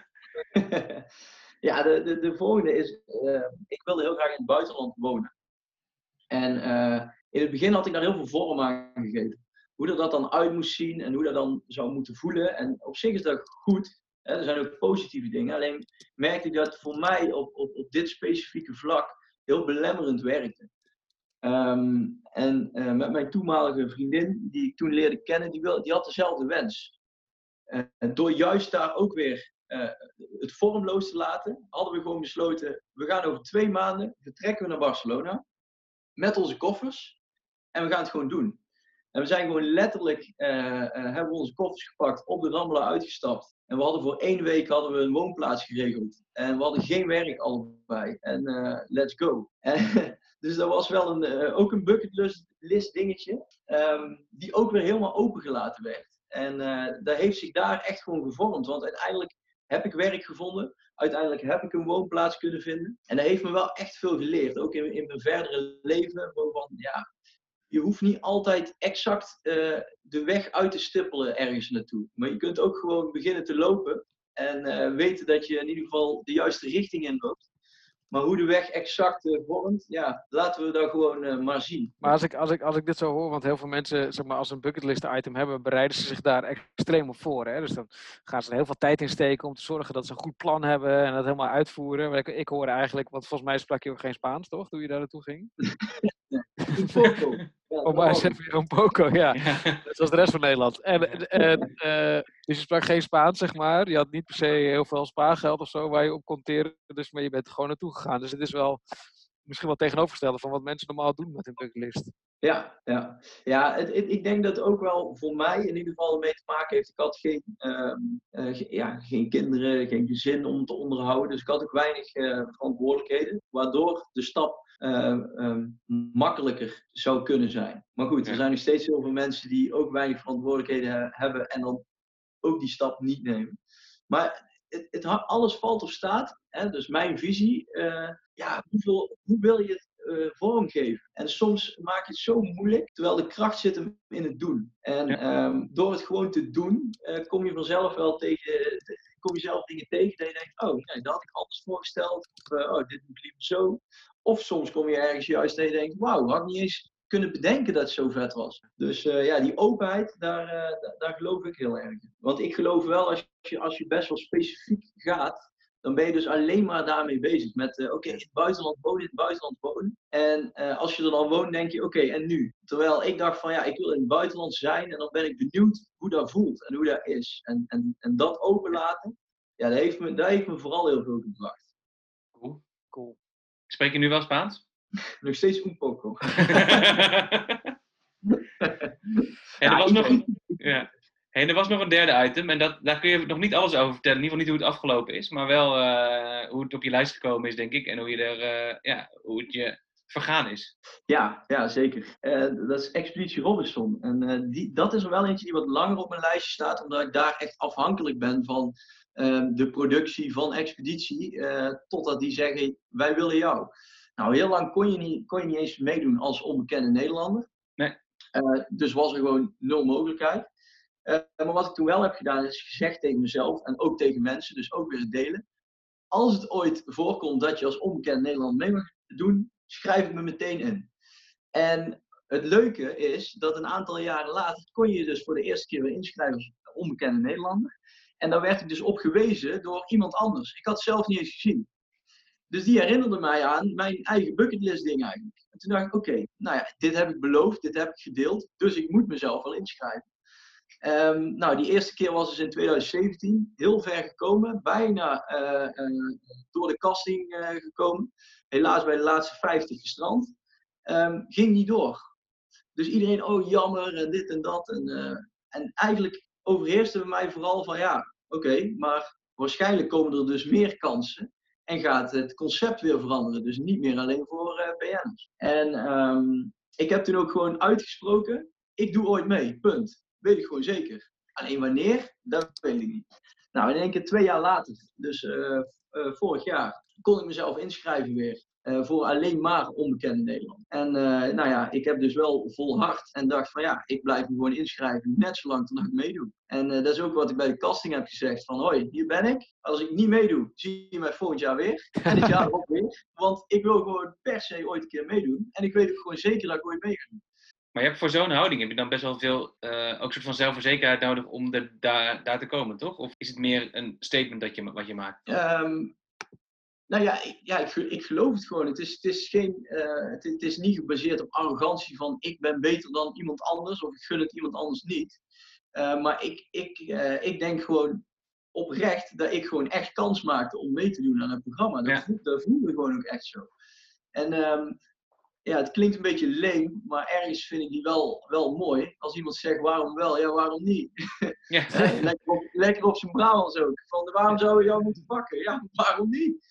Speaker 4: Ja, de volgende is... ik wilde heel graag in het buitenland wonen. En in het begin had ik daar heel veel vorm aan gegeven. Hoe dat dan uit moest zien en hoe dat dan zou moeten voelen. En op zich is dat goed. Hè, er zijn ook positieve dingen. Alleen merkte ik dat voor mij op dit specifieke vlak heel belemmerend werkte. Met mijn toenmalige vriendin, die ik toen leerde kennen, die had dezelfde wens. En door juist daar ook weer het vormloos te laten, hadden we gewoon besloten, we gaan over 2 maanden, vertrekken we naar Barcelona, met onze koffers, en we gaan het gewoon doen. En we zijn gewoon letterlijk, hebben we onze koffers gepakt, op de Rambla uitgestapt. En we hadden voor 1 week een woonplaats geregeld. En we hadden geen werk allebei. En let's go. Dus dat was wel ook een bucketlist dingetje. Die ook weer helemaal opengelaten werd. En dat heeft zich daar echt gewoon gevormd. Want uiteindelijk heb ik werk gevonden. Uiteindelijk heb ik een woonplaats kunnen vinden. En dat heeft me wel echt veel geleerd. Ook in mijn verdere leven. Van, ja, je hoeft niet altijd exact de weg uit te stippelen ergens naartoe. Maar je kunt ook gewoon beginnen te lopen. En weten dat je in ieder geval de juiste richting in loopt. Maar hoe de weg exact vormt, ja, laten we dat gewoon maar zien.
Speaker 2: Maar als ik dit zo hoor, want heel veel mensen, zeg maar, als ze een bucketlist item hebben, bereiden ze zich daar extreem op voor. Hè? Dus dan gaan ze er heel veel tijd in steken om te zorgen dat ze een goed plan hebben en dat helemaal uitvoeren. Maar ik hoor eigenlijk, want volgens mij sprak je ook geen Spaans, toch? Toen je daar naartoe ging?
Speaker 4: Een foto.
Speaker 2: Oh, maar ze hebben een poco, ja. Net zoals de rest van Nederland. Dus je sprak geen Spaans, zeg maar. Je had niet per se heel veel spaargeld of zo waar je op kon teren. Dus, maar je bent er gewoon naartoe gegaan. Dus het is wel misschien wel tegenovergestelde van wat mensen normaal doen met hun bucketlist.
Speaker 4: Ja, ik denk dat het ook wel voor mij in ieder geval ermee te maken heeft. Ik had geen kinderen, geen gezin om te onderhouden. Dus ik had ook weinig verantwoordelijkheden. Waardoor de stap makkelijker zou kunnen zijn. Maar goed, er zijn nog steeds heel veel mensen die ook weinig verantwoordelijkheden hebben en dan ook die stap niet nemen. Maar alles valt of staat. Hè? Dus mijn visie, hoe wil je het vormgeven? En soms maak je het zo moeilijk, terwijl de kracht zit hem in het doen. En door het gewoon te doen, kom je vanzelf wel kom je zelf dingen tegen dat je denkt, oh, nee, dat had ik anders voorgesteld. Of dit moet ik liever zo. Of soms kom je ergens juist dat je denkt, wauw, had ik niet eens kunnen bedenken dat het zo vet was. Dus die openheid, daar geloof ik heel erg in. Want ik geloof wel, als je best wel specifiek gaat, dan ben je dus alleen maar daarmee bezig. Met, oké, in het buitenland wonen. En als je er dan woont, denk je, oké, en nu? Terwijl ik dacht van, ja, ik wil in het buitenland zijn en dan ben ik benieuwd hoe dat voelt en hoe dat is. En dat overlaten, ja, dat heeft me vooral heel veel gebracht.
Speaker 2: Cool.
Speaker 1: Spreek je nu wel Spaans?
Speaker 4: Nog steeds un poco.
Speaker 1: En er was nog een derde item en daar kun je nog niet alles over vertellen. In ieder geval niet hoe het afgelopen is, maar wel hoe het op je lijst gekomen is, denk ik. En hoe het je vergaan is.
Speaker 4: Ja, zeker. Dat is Expeditie Robinson. En dat is er wel eentje die wat langer op mijn lijstje staat, omdat ik daar echt afhankelijk ben van de productie van Expeditie, totdat die zeggen, wij willen jou. Nou, heel lang kon je niet eens meedoen als onbekende Nederlander.
Speaker 1: Nee.
Speaker 4: Dus was er gewoon nul mogelijkheid. Maar wat ik toen wel heb gedaan, is gezegd tegen mezelf en ook tegen mensen, dus ook weer het delen. Als het ooit voorkomt dat je als onbekend Nederlander mee mag doen, schrijf ik me meteen in. En het leuke is dat een aantal jaren later kon je dus voor de eerste keer weer inschrijven als onbekende Nederlander. En daar werd ik dus op gewezen door iemand anders. Ik had het zelf niet eens gezien. Dus die herinnerde mij aan mijn eigen bucketlist ding eigenlijk. En toen dacht ik, oké, nou ja, dit heb ik beloofd, dit heb ik gedeeld, dus ik moet mezelf wel inschrijven. Nou, die eerste keer was dus in 2017, heel ver gekomen, bijna door de casting gekomen. Helaas bij de laatste 50 gestrand. Ging niet door. Dus iedereen, oh jammer en dit en dat. En eigenlijk overheerste bij mij vooral van ja, oké, maar waarschijnlijk komen er dus meer kansen. En gaat het concept weer veranderen. Dus niet meer alleen voor BN'ers. En ik heb toen ook gewoon uitgesproken, ik doe ooit mee, punt. Weet ik gewoon zeker. Alleen wanneer, dat weet ik niet. Nou, in één keer 2 jaar later, dus vorig jaar, kon ik mezelf inschrijven weer. Voor alleen maar onbekende Nederland. En nou ja, ik heb dus wel volhard en dacht van ja, ik blijf me gewoon inschrijven, net zolang totdat ik meedoe. En dat is ook wat ik bij de casting heb gezegd van hoi, hier ben ik. Als ik niet meedoe, zie je mij volgend jaar weer. En het jaar erop weer. Want ik wil gewoon per se ooit een keer meedoen. En ik weet ook gewoon zeker dat ik ooit mee ga doen.
Speaker 1: Maar je hebt voor zo'n houding heb je dan best wel veel ook soort van zelfverzekerheid nodig om daar te komen, toch? Of is het meer een statement wat je maakt?
Speaker 4: Nou ja, ik geloof het gewoon. Het is niet gebaseerd op arrogantie van ik ben beter dan iemand anders of ik gun het iemand anders niet. Maar ik denk gewoon oprecht dat ik gewoon echt kans maakte om mee te doen aan het programma. Dat voelde gewoon ook echt zo. En ja, het klinkt een beetje leem, maar ergens vind ik die wel mooi. Als iemand zegt waarom wel, ja waarom niet?
Speaker 1: Ja.
Speaker 4: Lekker op zijn Brabants ook. Van waarom zou je jou moeten pakken? Ja, waarom niet?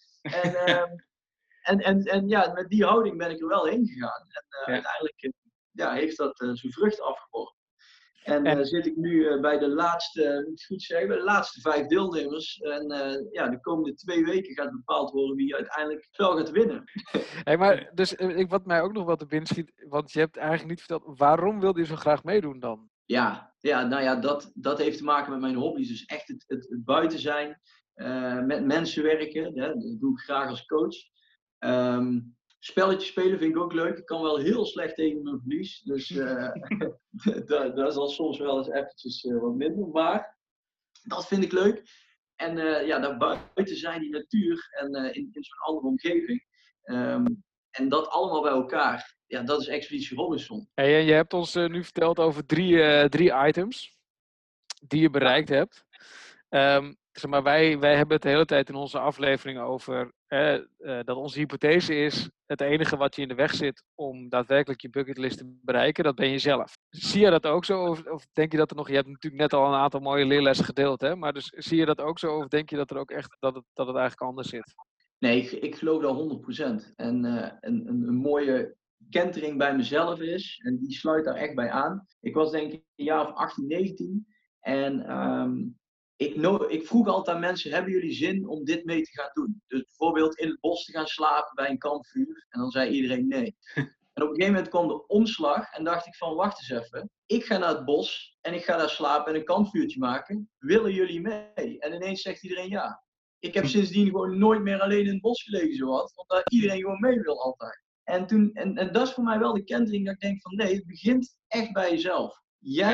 Speaker 4: En ja, met die houding ben ik er wel heen gegaan. En uiteindelijk heeft dat zijn vrucht afgeworpen. En zit ik nu bij de laatste, moet ik goed zeggen, bij de laatste 5 deelnemers. En de komende 2 weken gaat bepaald worden wie uiteindelijk wel gaat winnen.
Speaker 2: Hey, maar dus wat mij ook nog wat te binnen schiet, want je hebt eigenlijk niet verteld, waarom wilde je zo graag meedoen dan?
Speaker 4: Ja, nou ja, dat heeft te maken met mijn hobby's. Dus echt het buiten zijn, met mensen werken, dat doe ik graag als coach. Spelletjes spelen vind ik ook leuk. Ik kan wel heel slecht tegen mijn verlies. Dus dat is al soms wel eens eventjes wat minder. Maar dat vind ik leuk. En daar buiten zijn, die natuur en in zo'n andere omgeving. En dat allemaal bij elkaar. Ja, dat is Expeditie Robinson.
Speaker 2: Hey, en je hebt ons nu verteld over 3 items die je bereikt hebt. Zeg maar, wij hebben het de hele tijd in onze aflevering over dat onze hypothese is, het enige wat je in de weg zit om daadwerkelijk je bucketlist te bereiken, dat ben je zelf. Zie je dat ook zo? Of denk je dat er nog, je hebt natuurlijk net al een aantal mooie leerlessen gedeeld, hè? Maar dus zie je dat ook zo? Of denk je dat er ook echt, dat het eigenlijk anders zit?
Speaker 4: Nee, ik geloof dat 100%. En een mooie kentering bij mezelf is, en die sluit daar echt bij aan. Ik was denk ik een jaar of 18, 19 en ik vroeg altijd aan mensen, hebben jullie zin om dit mee te gaan doen? Dus bijvoorbeeld in het bos te gaan slapen bij een kampvuur. En dan zei iedereen nee. En op een gegeven moment kwam de omslag en dacht ik van, wacht eens even. Ik ga naar het bos en ik ga daar slapen en een kampvuurtje maken. Willen jullie mee? En ineens zegt iedereen ja. Ik heb sindsdien gewoon nooit meer alleen in het bos gelegen zowat. Omdat iedereen gewoon mee wil altijd. En dat is voor mij wel de kentering dat ik denk van nee, het begint echt bij jezelf.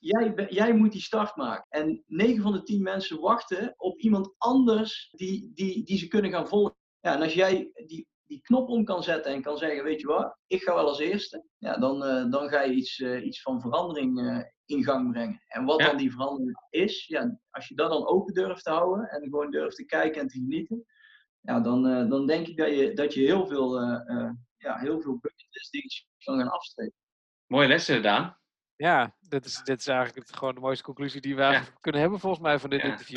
Speaker 4: jij moet die start maken. En 9 van de 10 mensen wachten op iemand anders die ze kunnen gaan volgen. Ja, en als jij die knop om kan zetten en kan zeggen, weet je wat, ik ga wel als eerste. Ja, dan ga je iets van verandering in gang brengen. En wat dan die verandering is, ja, als je dat dan open durft te houden en gewoon durft te kijken en te genieten. Ja, dan denk ik dat je heel veel bucketlist dingetjes kan gaan afstrepen.
Speaker 1: Mooie lessen, Daan.
Speaker 2: Ja, dit is eigenlijk gewoon de mooiste conclusie die we eigenlijk kunnen hebben volgens mij van dit interview.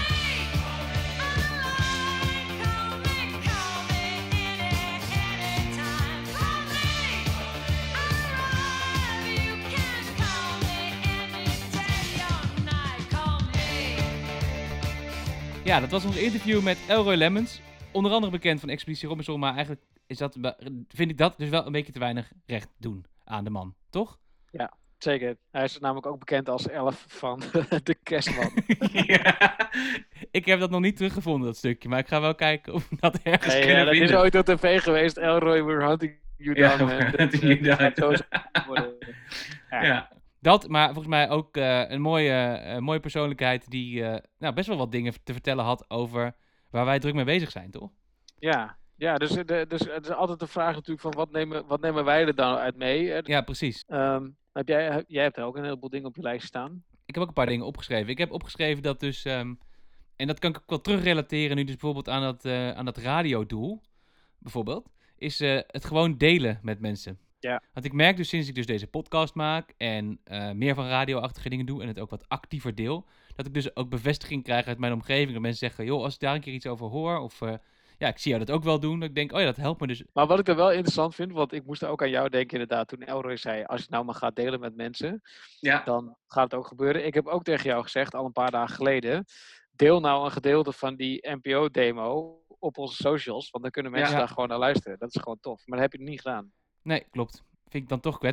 Speaker 3: Ja, dat was ons interview met Elroy Lemmens. Onder andere bekend van Expeditie Robinson, maar eigenlijk vind ik dat dus wel een beetje te weinig recht doen aan de man, toch?
Speaker 2: Ja, zeker. Hij is namelijk ook bekend als elf van de Kerstman.
Speaker 3: Ja. Ik heb dat nog niet teruggevonden, dat stukje, maar ik ga wel kijken of we dat ergens kunnen
Speaker 2: dat
Speaker 3: vinden.
Speaker 2: is ooit op tv geweest. Elroy, we're hunting you down.
Speaker 3: We're hunting you down. Ja. Dat, maar volgens mij ook een mooie persoonlijkheid die best wel wat dingen te vertellen had over waar wij druk mee bezig zijn, toch?
Speaker 2: Ja, dus het is altijd de vraag natuurlijk van wat nemen wij er dan uit mee?
Speaker 3: Ja, precies.
Speaker 2: Jij hebt er ook een heleboel dingen op je lijst staan.
Speaker 3: Ik heb ook een paar dingen opgeschreven. Ik heb opgeschreven dat dus, en dat kan ik ook wel terugrelateren nu dus bijvoorbeeld aan dat radiodoel, bijvoorbeeld, is het gewoon delen met mensen.
Speaker 2: Ja.
Speaker 3: Want ik merk dus sinds ik dus deze podcast maak en meer van radioachtige dingen doe en het ook wat actiever deel, dat ik dus ook bevestiging krijg uit mijn omgeving. Dat mensen zeggen, joh, als ik daar een keer iets over hoor, of ik zie jou dat ook wel doen, dat ik denk, dat helpt me dus.
Speaker 2: Maar wat ik er wel interessant vind, want ik moest ook aan jou denken inderdaad, toen Elroy zei, als je het nou maar gaat delen met mensen, dan gaat het ook gebeuren. Ik heb ook tegen jou gezegd, al een paar dagen geleden, deel nou een gedeelte van die NPO-demo op onze socials, want dan kunnen mensen daar gewoon naar luisteren. Dat is gewoon tof, maar dat heb je niet gedaan.
Speaker 3: Nee, klopt. Vind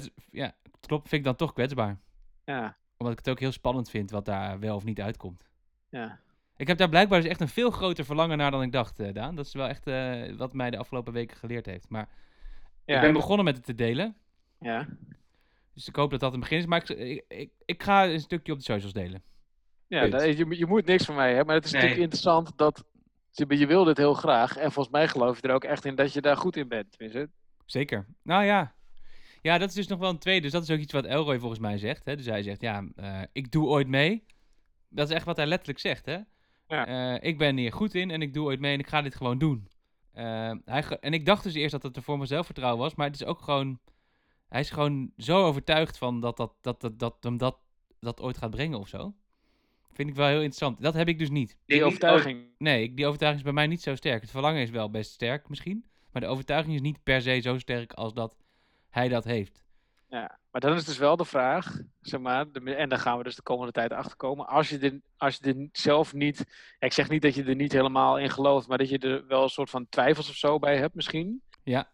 Speaker 3: ik dan toch kwetsbaar.
Speaker 2: Ja.
Speaker 3: Omdat ik het ook heel spannend vind wat daar wel of niet uitkomt.
Speaker 2: Ja.
Speaker 3: Ik heb daar blijkbaar dus echt een veel groter verlangen naar dan ik dacht, Daan. Dat is wel echt wat mij de afgelopen weken geleerd heeft. Maar ik ben begonnen met het te delen.
Speaker 2: Ja.
Speaker 3: Dus ik hoop dat dat een begin is. Maar ik ga een stukje op de socials delen.
Speaker 2: Ja, je moet niks van mij, hè? Maar het is natuurlijk interessant dat je wil dit heel graag. En volgens mij geloof je er ook echt in dat je daar goed in bent. Tenminste.
Speaker 3: Zeker. Nou ja. Ja, dat is dus nog wel een tweede. Dus dat is ook iets wat Elroy volgens mij zegt. Hè? Dus hij zegt, ik doe ooit mee. Dat is echt wat hij letterlijk zegt, hè?
Speaker 2: Ja.
Speaker 3: Ik ben hier goed in en ik doe ooit mee en ik ga dit gewoon doen. En ik dacht dus eerst dat het een vorm van zelfvertrouwen was, maar het is ook gewoon... Hij is gewoon zo overtuigd van dat hem dat ooit gaat brengen of zo. Vind ik wel heel interessant. Dat heb ik dus niet.
Speaker 2: Die overtuiging?
Speaker 3: Nee, die overtuiging is bij mij niet zo sterk. Het verlangen is wel best sterk misschien, maar de overtuiging is niet per se zo sterk als dat hij dat heeft.
Speaker 2: Ja, maar dan is dus wel de vraag, zeg maar, en daar gaan we dus de komende tijd achter komen. Als je er zelf niet, ik zeg niet dat je er niet helemaal in gelooft, maar dat je er wel een soort van twijfels of zo bij hebt misschien.
Speaker 3: Ja.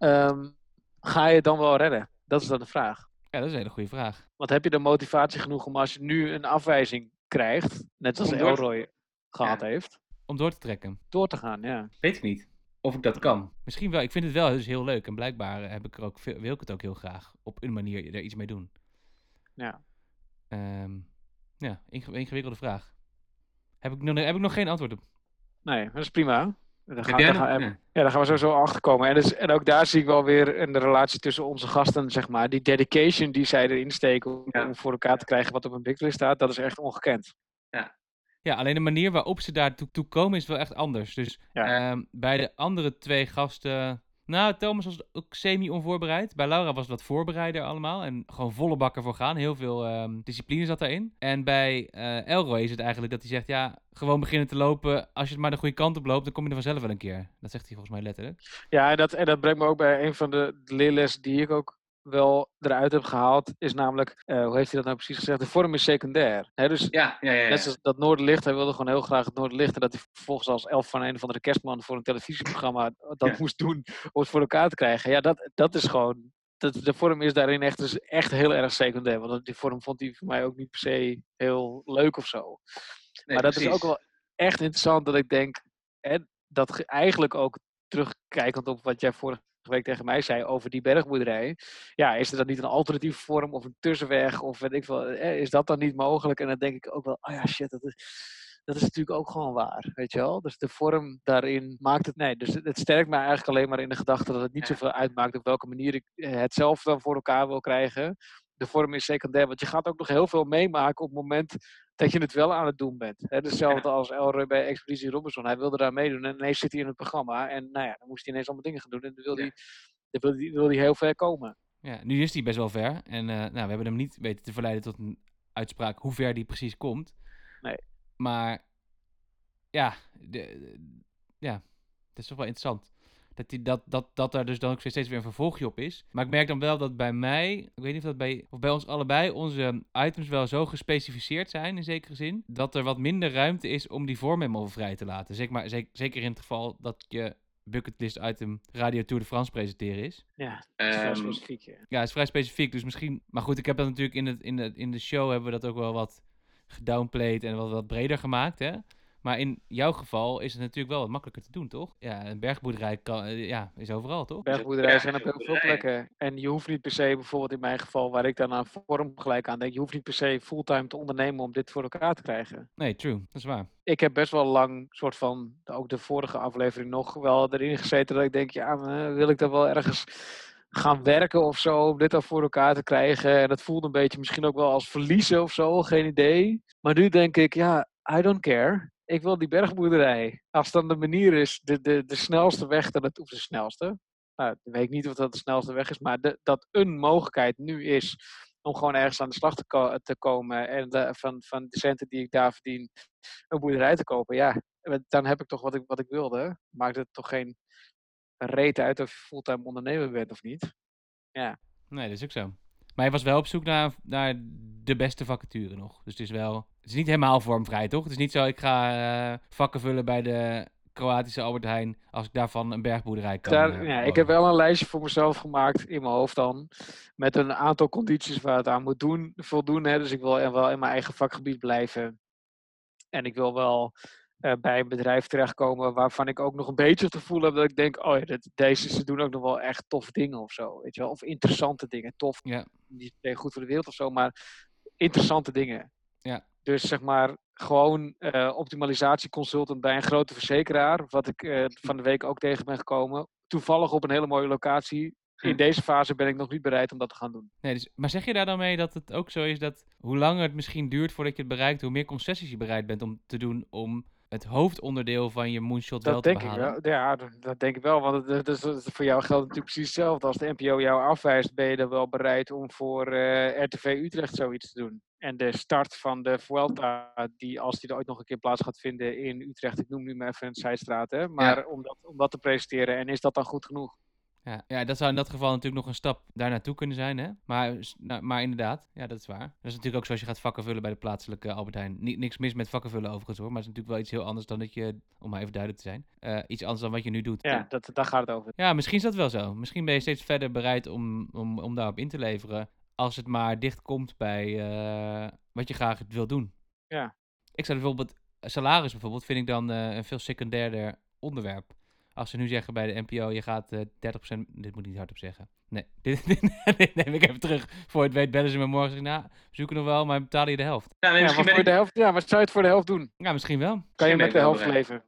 Speaker 2: Ga je het dan wel redden? Dat is dan de vraag.
Speaker 3: Ja, dat is een hele goede vraag.
Speaker 2: Want heb je de motivatie genoeg om als je nu een afwijzing krijgt, net zoals Elroy gehad heeft,
Speaker 3: om door te trekken?
Speaker 2: Door te gaan, ja.
Speaker 1: Weet ik niet. Of ik dat kan.
Speaker 3: Misschien wel. Ik vind het wel dus heel leuk. En blijkbaar wil ik het ook heel graag op een manier er iets mee doen.
Speaker 2: Ja.
Speaker 3: Ingewikkelde vraag. Heb ik nog geen antwoord op.
Speaker 2: Nee, dat is prima. Daar gaan we sowieso achter komen. En ook daar zie ik wel weer in de relatie tussen onze gasten, zeg maar. Die dedication die zij erin steken om voor elkaar te krijgen wat op een bucketlist staat, dat is echt ongekend.
Speaker 3: Ja, alleen de manier waarop ze daartoe komen is wel echt anders. Dus bij de andere twee gasten... Nou, Thomas was ook semi-onvoorbereid. Bij Laura was het wat voorbereider allemaal. En gewoon volle bakken voor gaan. Heel veel discipline zat daarin. En bij Elroy is het eigenlijk dat hij zegt... gewoon beginnen te lopen. Als je het maar de goede kant op loopt, dan kom je er vanzelf wel een keer. Dat zegt hij volgens mij letterlijk.
Speaker 2: Ja, en dat brengt me ook bij een van de leerlessen die ik ook wel eruit heb gehaald, is namelijk, hoe heeft hij dat nou precies gezegd? De vorm is secundair. Hè, dus net zoals dat Noorderlicht, hij wilde gewoon heel graag het Noorderlicht en dat hij vervolgens als elf van een of andere kerstman voor een televisieprogramma dat moest doen om het voor elkaar te krijgen. Ja, dat is gewoon, de vorm is daarin echt heel erg secundair, want die vorm vond hij voor mij ook niet per se heel leuk of zo. Nee, maar dat is ook wel echt interessant dat ik denk, dat eigenlijk ook terugkijkend op wat jij vorige week tegen mij zei over die bergboerderij. Ja, is er dan niet een alternatieve vorm of een tussenweg of weet ik veel, is dat dan niet mogelijk? En dan denk ik ook wel, oh ja, shit, dat is natuurlijk ook gewoon waar, weet je wel. Dus de vorm daarin maakt het, nee, dus het sterkt mij eigenlijk alleen maar in de gedachte dat het niet zoveel uitmaakt op welke manier ik het zelf dan voor elkaar wil krijgen. De vorm is secundair, want je gaat ook nog heel veel meemaken op het moment dat je het wel aan het doen bent. Hè, hetzelfde als Elroy bij Expeditie Robinson. Hij wilde daar meedoen en ineens zit hij in het programma. En nou ja, dan moest hij ineens allemaal dingen gaan doen. En dan wil hij heel ver komen.
Speaker 3: Ja, nu is hij best wel ver. En we hebben hem niet weten te verleiden tot een uitspraak hoe ver die precies komt.
Speaker 2: Nee.
Speaker 3: Maar ja, het is toch wel interessant. Dat daar dus dan ook steeds weer een vervolgje op is. Maar ik merk dan wel dat bij mij, ik weet niet of dat bij ons allebei, onze items wel zo gespecificeerd zijn in zekere zin, dat er wat minder ruimte is om die vorm helemaal vrij te laten. Zeker in het geval dat je bucketlist item Radio Tour de France presenteren is.
Speaker 2: Ja, dat is vrij specifiek. Ja,
Speaker 3: het is vrij specifiek, dus misschien... Maar goed, ik heb dat natuurlijk in de show hebben we dat ook wel wat gedownplayed en wat breder gemaakt, hè. Maar in jouw geval is het natuurlijk wel wat makkelijker te doen, toch? Ja, een bergboerderij is overal, toch?
Speaker 2: Bergboerderijen zijn op heel veel plekken. En je hoeft niet per se, bijvoorbeeld in mijn geval, waar ik dan aan vorm gelijk aan denk, je hoeft niet per se fulltime te ondernemen om dit voor elkaar te krijgen.
Speaker 3: Nee, true. Dat is waar.
Speaker 2: Ik heb best wel lang, soort van, ook de vorige aflevering nog wel erin gezeten dat ik denk, wil ik dan wel ergens gaan werken of zo, om dit dan voor elkaar te krijgen. En dat voelde een beetje misschien ook wel als verliezen of zo, geen idee. Maar nu denk ik, I don't care. Ik wil die bergboerderij. Als dan de manier is, de snelste weg, dan of de snelste. Nou, ik weet niet of dat de snelste weg is, maar dat een mogelijkheid nu is om gewoon ergens aan de slag te komen en van de centen die ik daar verdien, een boerderij te kopen. Ja, dan heb ik toch wat ik wilde. Maakt het toch geen reet uit of je fulltime ondernemer bent of niet. Ja.
Speaker 3: Nee, dat is ook zo. Maar je was wel op zoek naar de beste vacature nog. Dus het is niet helemaal vormvrij, toch? Het is niet zo, ik ga vakken vullen bij de Kroatische Albert Heijn als ik daarvan een bergboerderij kan.
Speaker 2: Ik heb wel een lijstje voor mezelf gemaakt, in mijn hoofd dan, met een aantal condities waar het aan moet voldoen. Hè. Dus ik wil wel in mijn eigen vakgebied blijven. En ik wil wel bij een bedrijf terechtkomen waarvan ik ook nog een beetje het gevoel heb dat ik denk, ze doen ook nog wel echt toffe dingen of zo, weet je wel. Of interessante dingen, tof.
Speaker 3: Ja.
Speaker 2: Niet goed voor de wereld of zo, maar interessante dingen.
Speaker 3: Ja.
Speaker 2: Dus zeg maar gewoon optimalisatieconsultant bij een grote verzekeraar, wat ik van de week ook tegen ben gekomen. Toevallig op een hele mooie locatie. In deze fase ben ik nog niet bereid om dat te gaan doen.
Speaker 3: Nee, maar zeg je daar dan mee dat het ook zo is dat hoe langer het misschien duurt voordat je het bereikt, hoe meer concessies je bereid bent om te doen om het hoofdonderdeel van je moonshot wel te behalen?
Speaker 2: Dat denk ik wel. Want voor jou geldt natuurlijk precies hetzelfde. Als de NPO jou afwijst, ben je dan wel bereid om voor RTV Utrecht zoiets te doen. En de start van de Vuelta, als die er ooit nog een keer plaats gaat vinden in Utrecht, ik noem nu maar even een zijstraat, hè, maar om dat te presenteren. En is dat dan goed genoeg?
Speaker 3: Ja, dat zou in dat geval natuurlijk nog een stap daar naartoe kunnen zijn, hè? Maar inderdaad, ja, dat is waar. Dat is natuurlijk ook zoals je gaat vakken vullen bij de plaatselijke Albert Heijn. Niks mis met vakken vullen overigens hoor, maar het is natuurlijk wel iets heel anders dan dat je, om maar even duidelijk te zijn, iets anders dan wat je nu doet.
Speaker 2: Ja, daar gaat het over.
Speaker 3: Ja, misschien is dat wel zo. Misschien ben je steeds verder bereid om daarop in te leveren, als het maar dicht komt bij wat je graag wil doen.
Speaker 2: Ja.
Speaker 3: Ik zou bijvoorbeeld, salaris bijvoorbeeld, vind ik dan een veel secundairder onderwerp. Als ze nu zeggen bij de NPO, je gaat 30%... Dit moet ik niet hardop zeggen. Nee, dit neem ik even terug. Voor het weet bellen ze me morgen. We zoeken nog wel, maar betalen je de helft.
Speaker 1: Ja, nee,
Speaker 2: maar voor de helft, maar zou je het voor de helft doen?
Speaker 3: Ja, misschien wel.
Speaker 2: Kan je met de helft leven?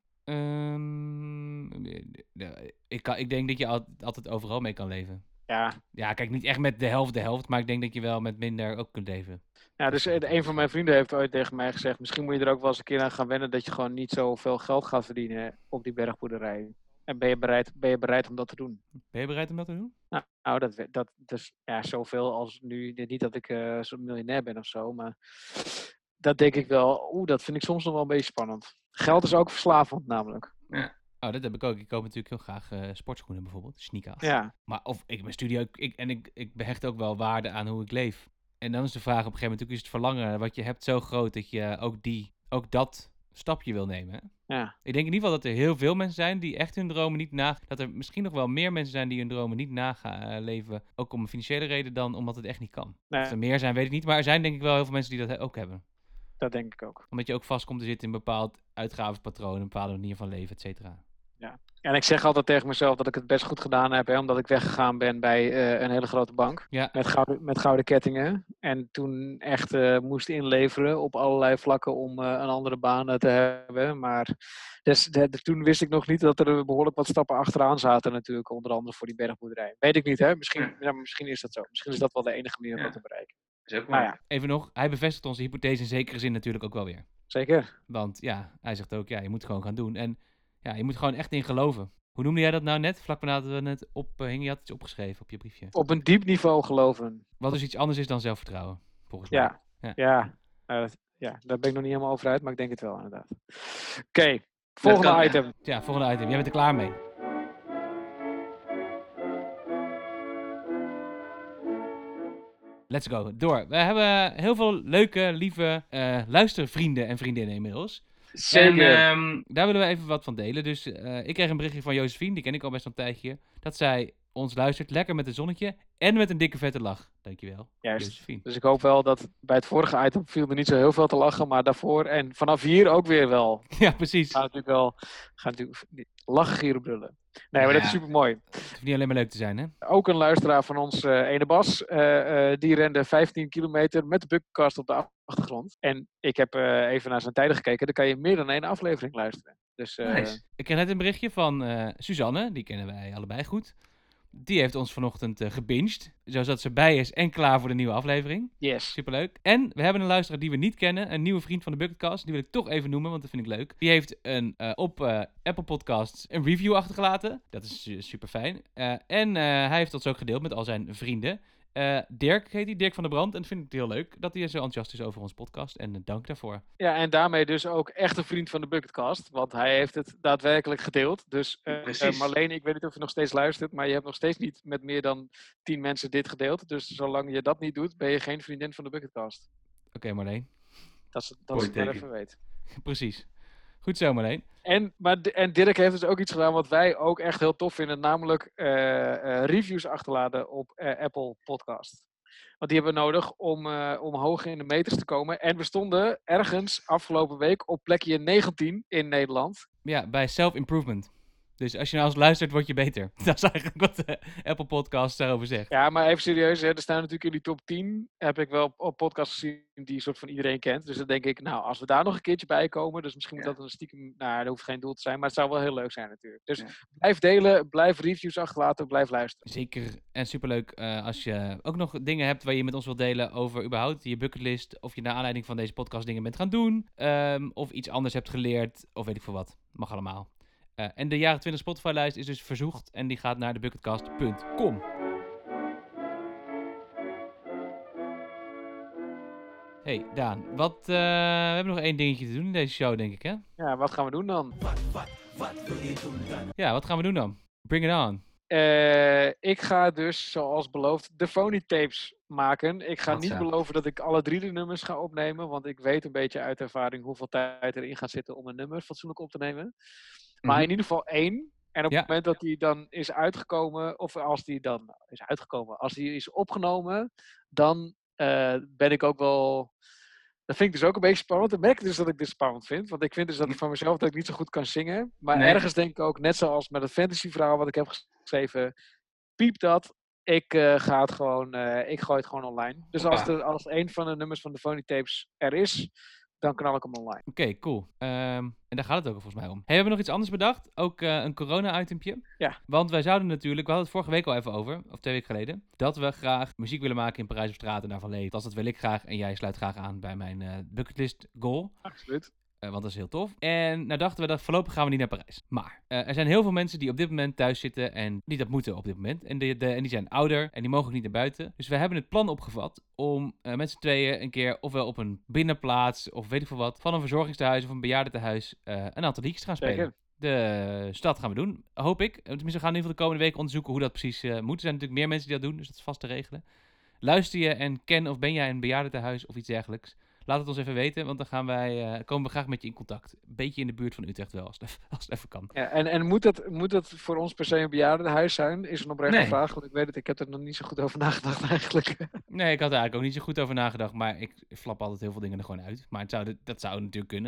Speaker 3: Ik denk dat je altijd overal mee kan leven.
Speaker 2: Ja,
Speaker 3: kijk, niet echt met de helft, maar ik denk dat je wel met minder ook kunt leven.
Speaker 2: Ja, dus een van mijn vrienden heeft ooit tegen mij gezegd, misschien moet je er ook wel eens een keer aan gaan wennen dat je gewoon niet zoveel geld gaat verdienen op die bergboerderij. En ben je bereid om dat te doen?
Speaker 3: Ben je bereid om dat te doen?
Speaker 2: Nou, dat dus zoveel als nu. Niet dat ik zo'n miljonair ben of zo, maar dat denk ik wel. Dat vind ik soms nog wel een beetje spannend. Geld is ook verslavend namelijk.
Speaker 1: Ja.
Speaker 3: Oh, dat heb ik ook. Ik koop natuurlijk heel graag sportschoenen bijvoorbeeld, sneakers.
Speaker 2: Ja.
Speaker 3: Maar mijn studio, ik behecht ook wel waarde aan hoe ik leef. En dan is de vraag op een gegeven moment, is het verlangen wat je hebt zo groot dat je ook dat stapje wil nemen. Hè?
Speaker 2: Ja.
Speaker 3: Ik denk in ieder geval dat er heel veel mensen zijn die echt hun dromen niet dat er misschien nog wel meer mensen zijn die hun dromen niet naleven. Ook om een financiële reden dan omdat het echt niet kan.
Speaker 2: Nee.
Speaker 3: Of er meer zijn, weet ik niet. Maar er zijn denk ik wel heel veel mensen die dat ook hebben.
Speaker 2: Dat denk ik ook.
Speaker 3: Omdat je ook vast komt te zitten in een bepaald uitgavenspatroon, een bepaalde manier van leven, et cetera.
Speaker 2: Ja. En ik zeg altijd tegen mezelf dat ik het best goed gedaan heb, hè, omdat ik weggegaan ben bij een hele grote bank.
Speaker 3: Ja.
Speaker 2: Met gouden kettingen. En toen echt moest inleveren op allerlei vlakken om een andere baan te hebben. Maar toen wist ik nog niet dat er behoorlijk wat stappen achteraan zaten natuurlijk. Onder andere voor die bergboerderij. Weet ik niet, hè? Misschien is dat zo. Misschien is dat wel de enige manier om dat te bereiken.
Speaker 1: Dat is ook
Speaker 2: Nou
Speaker 1: mooi.
Speaker 2: ja,
Speaker 3: Even nog, hij bevestigt onze hypothese in zekere zin natuurlijk ook wel weer.
Speaker 2: zeker.
Speaker 3: Want ja, hij zegt ook, ja, je moet het gewoon gaan doen. En ja, je moet gewoon echt in geloven. Hoe noemde jij dat nou net? Vlak nadat we het ophingen, je had iets opgeschreven op je briefje.
Speaker 2: Op een diep niveau geloven.
Speaker 3: Wat dus iets anders is dan zelfvertrouwen, volgens mij.
Speaker 2: Ja. Daar ben ik nog niet helemaal over uit, maar ik denk het wel inderdaad. Oké, volgende
Speaker 1: kan, ja.
Speaker 2: item.
Speaker 3: Ja, volgende item. Jij bent er klaar mee. Let's go. Door. We hebben heel veel leuke, lieve luistervrienden en vriendinnen inmiddels.
Speaker 2: Zeker.
Speaker 3: En daar willen we even wat van delen. Dus ik kreeg een berichtje van Josephine, die ken ik al best een tijdje. Dat zij ons luistert, lekker met een zonnetje en met een dikke vette lach. Dankjewel,
Speaker 2: Juist.
Speaker 3: Josephine.
Speaker 2: Dus ik hoop wel dat bij het vorige item viel er niet zo heel veel te lachen, maar daarvoor en vanaf hier ook weer wel.
Speaker 3: Ja, precies.
Speaker 2: Gaan natuurlijk lachen, gieren, brullen. Nee, maar dat is super mooi.
Speaker 3: Het hoeft niet alleen maar leuk te zijn, hè?
Speaker 2: Ook een luisteraar van ons, Ene Bas, die rende 15 kilometer met de bucketkast op de achtergrond. En ik heb even naar zijn tijden gekeken, dan kan je meer dan 1 aflevering luisteren. Dus,
Speaker 1: Nice.
Speaker 3: Ik kreeg net een berichtje van Suzanne, die kennen wij allebei goed. Die heeft ons vanochtend gebinged, zodat ze bij is en klaar voor de nieuwe aflevering.
Speaker 2: Yes.
Speaker 3: Superleuk. En we hebben een luisteraar die we niet kennen, een nieuwe vriend van de Bucketcast. Die wil ik toch even noemen, want dat vind ik leuk. Die heeft op Apple Podcasts een review achtergelaten. Dat is super fijn. En hij heeft ons ook gedeeld met al zijn vrienden. Dirk heet hij, Dirk van der Brand. En dat vind ik heel leuk dat hij zo enthousiast is over ons podcast. En dank daarvoor.
Speaker 2: Ja, en daarmee dus ook echt een vriend van de Bucketkast. Want hij heeft het daadwerkelijk gedeeld. Dus
Speaker 1: Precies.
Speaker 2: Marleen, ik weet niet of je nog steeds luistert, maar je hebt nog steeds niet met meer dan 10 mensen dit gedeeld. Dus zolang je dat niet doet, ben je geen vriendin van de Bucketkast.
Speaker 3: Oké, Marleen.
Speaker 2: Dat is
Speaker 1: Mooi
Speaker 2: het maar
Speaker 1: teken.
Speaker 2: even weet.
Speaker 3: Precies. Goed zo, Marleen.
Speaker 2: En Dirk heeft dus ook iets gedaan wat wij ook echt heel tof vinden. Namelijk reviews achterlaten op Apple Podcast. Want die hebben we nodig om hoog in de meters te komen. En we stonden ergens afgelopen week op plekje 19 in Nederland.
Speaker 3: Ja, bij self-improvement. Dus als je nou eens luistert, word je beter. Dat is eigenlijk wat de Apple Podcast daarover zegt.
Speaker 2: Ja, maar even serieus, hè, er staan natuurlijk in die top 10, heb ik wel op podcasts gezien die soort van iedereen kent. Dus dan denk ik, nou, als we daar nog een keertje bij komen, dus misschien moet dat een stiekem, nou, dat hoeft geen doel te zijn, maar het zou wel heel leuk zijn natuurlijk. Dus blijf delen, blijf reviews achterlaten, blijf luisteren.
Speaker 3: Zeker. En superleuk als je ook nog dingen hebt waar je met ons wilt delen over überhaupt je bucketlist. Of je naar aanleiding van deze podcast dingen bent gaan doen. Of iets anders hebt geleerd. Of weet ik veel wat. Mag allemaal. En de jaren 20 Spotify-lijst is dus verzocht. En die gaat naar thebucketcast.com. Hey Daan, we hebben nog 1 dingetje te doen in deze show, denk ik, hè?
Speaker 2: Ja, wat gaan we doen dan?
Speaker 3: Ja, wat gaan we doen dan? Bring it on.
Speaker 2: Ik ga dus, zoals beloofd, de phony tapes maken. Ik ga
Speaker 1: Wat
Speaker 2: niet
Speaker 1: zo.
Speaker 2: beloven dat ik alle 3 de nummers ga opnemen, want ik weet een beetje uit ervaring hoeveel tijd erin gaat zitten om een nummer fatsoenlijk op te nemen. Maar in ieder geval 1. En op het moment dat die dan is uitgekomen, of als die dan is uitgekomen, als die is opgenomen, dan ben ik ook wel... Dat vind ik dus ook een beetje spannend. Dan merk ik dus dat ik dit spannend vind. Want ik vind dus dat ik van mezelf dat ik niet zo goed kan zingen. Maar
Speaker 1: Nee.
Speaker 2: ergens denk ik ook, net zoals met het fantasyverhaal wat ik heb geschreven, piep dat. Ik gooi het gewoon online. Dus als een van de nummers van de phony tapes er is, dan knal ik hem online.
Speaker 3: Oké, cool. En daar gaat het ook volgens mij om. Hey, we hebben nog iets anders bedacht. Ook een corona-itempje.
Speaker 2: Ja.
Speaker 3: Want wij zouden natuurlijk, we hadden het vorige week al even over, of 2 weken geleden, dat we graag muziek willen maken in Parijs op straat en daarvan leven. Althans, dat wil ik graag en jij sluit graag aan bij mijn bucketlist goal.
Speaker 2: Absoluut.
Speaker 3: Want dat is heel tof. En nou dachten we dat voorlopig gaan we niet naar Parijs. Maar er zijn heel veel mensen die op dit moment thuis zitten en niet dat moeten op dit moment. En die zijn ouder en die mogen ook niet naar buiten. Dus we hebben het plan opgevat om met z'n tweeën een keer ofwel op een binnenplaats of weet ik veel wat, van een verzorgingstehuis of een bejaardentehuis een aantal liedjes te gaan spelen.
Speaker 2: Zeker.
Speaker 3: De stad gaan we doen, hoop ik. Tenminste, we gaan in ieder geval de komende weken onderzoeken hoe dat precies moet. Er zijn natuurlijk meer mensen die dat doen, dus dat is vast te regelen. Luister je en ken of ben jij een bejaardentehuis of iets dergelijks? Laat het ons even weten, want dan komen we graag met je in contact. Een beetje in de buurt van Utrecht wel, als het even kan.
Speaker 2: Ja, en moet dat voor ons per se een bejaardenhuis zijn? Is een oprechte vraag, want ik weet het, ik heb er nog niet zo goed over nagedacht eigenlijk.
Speaker 3: Nee, ik had er eigenlijk ook niet zo goed over nagedacht, maar ik flap altijd heel veel dingen er gewoon uit. Maar dat zou natuurlijk kunnen.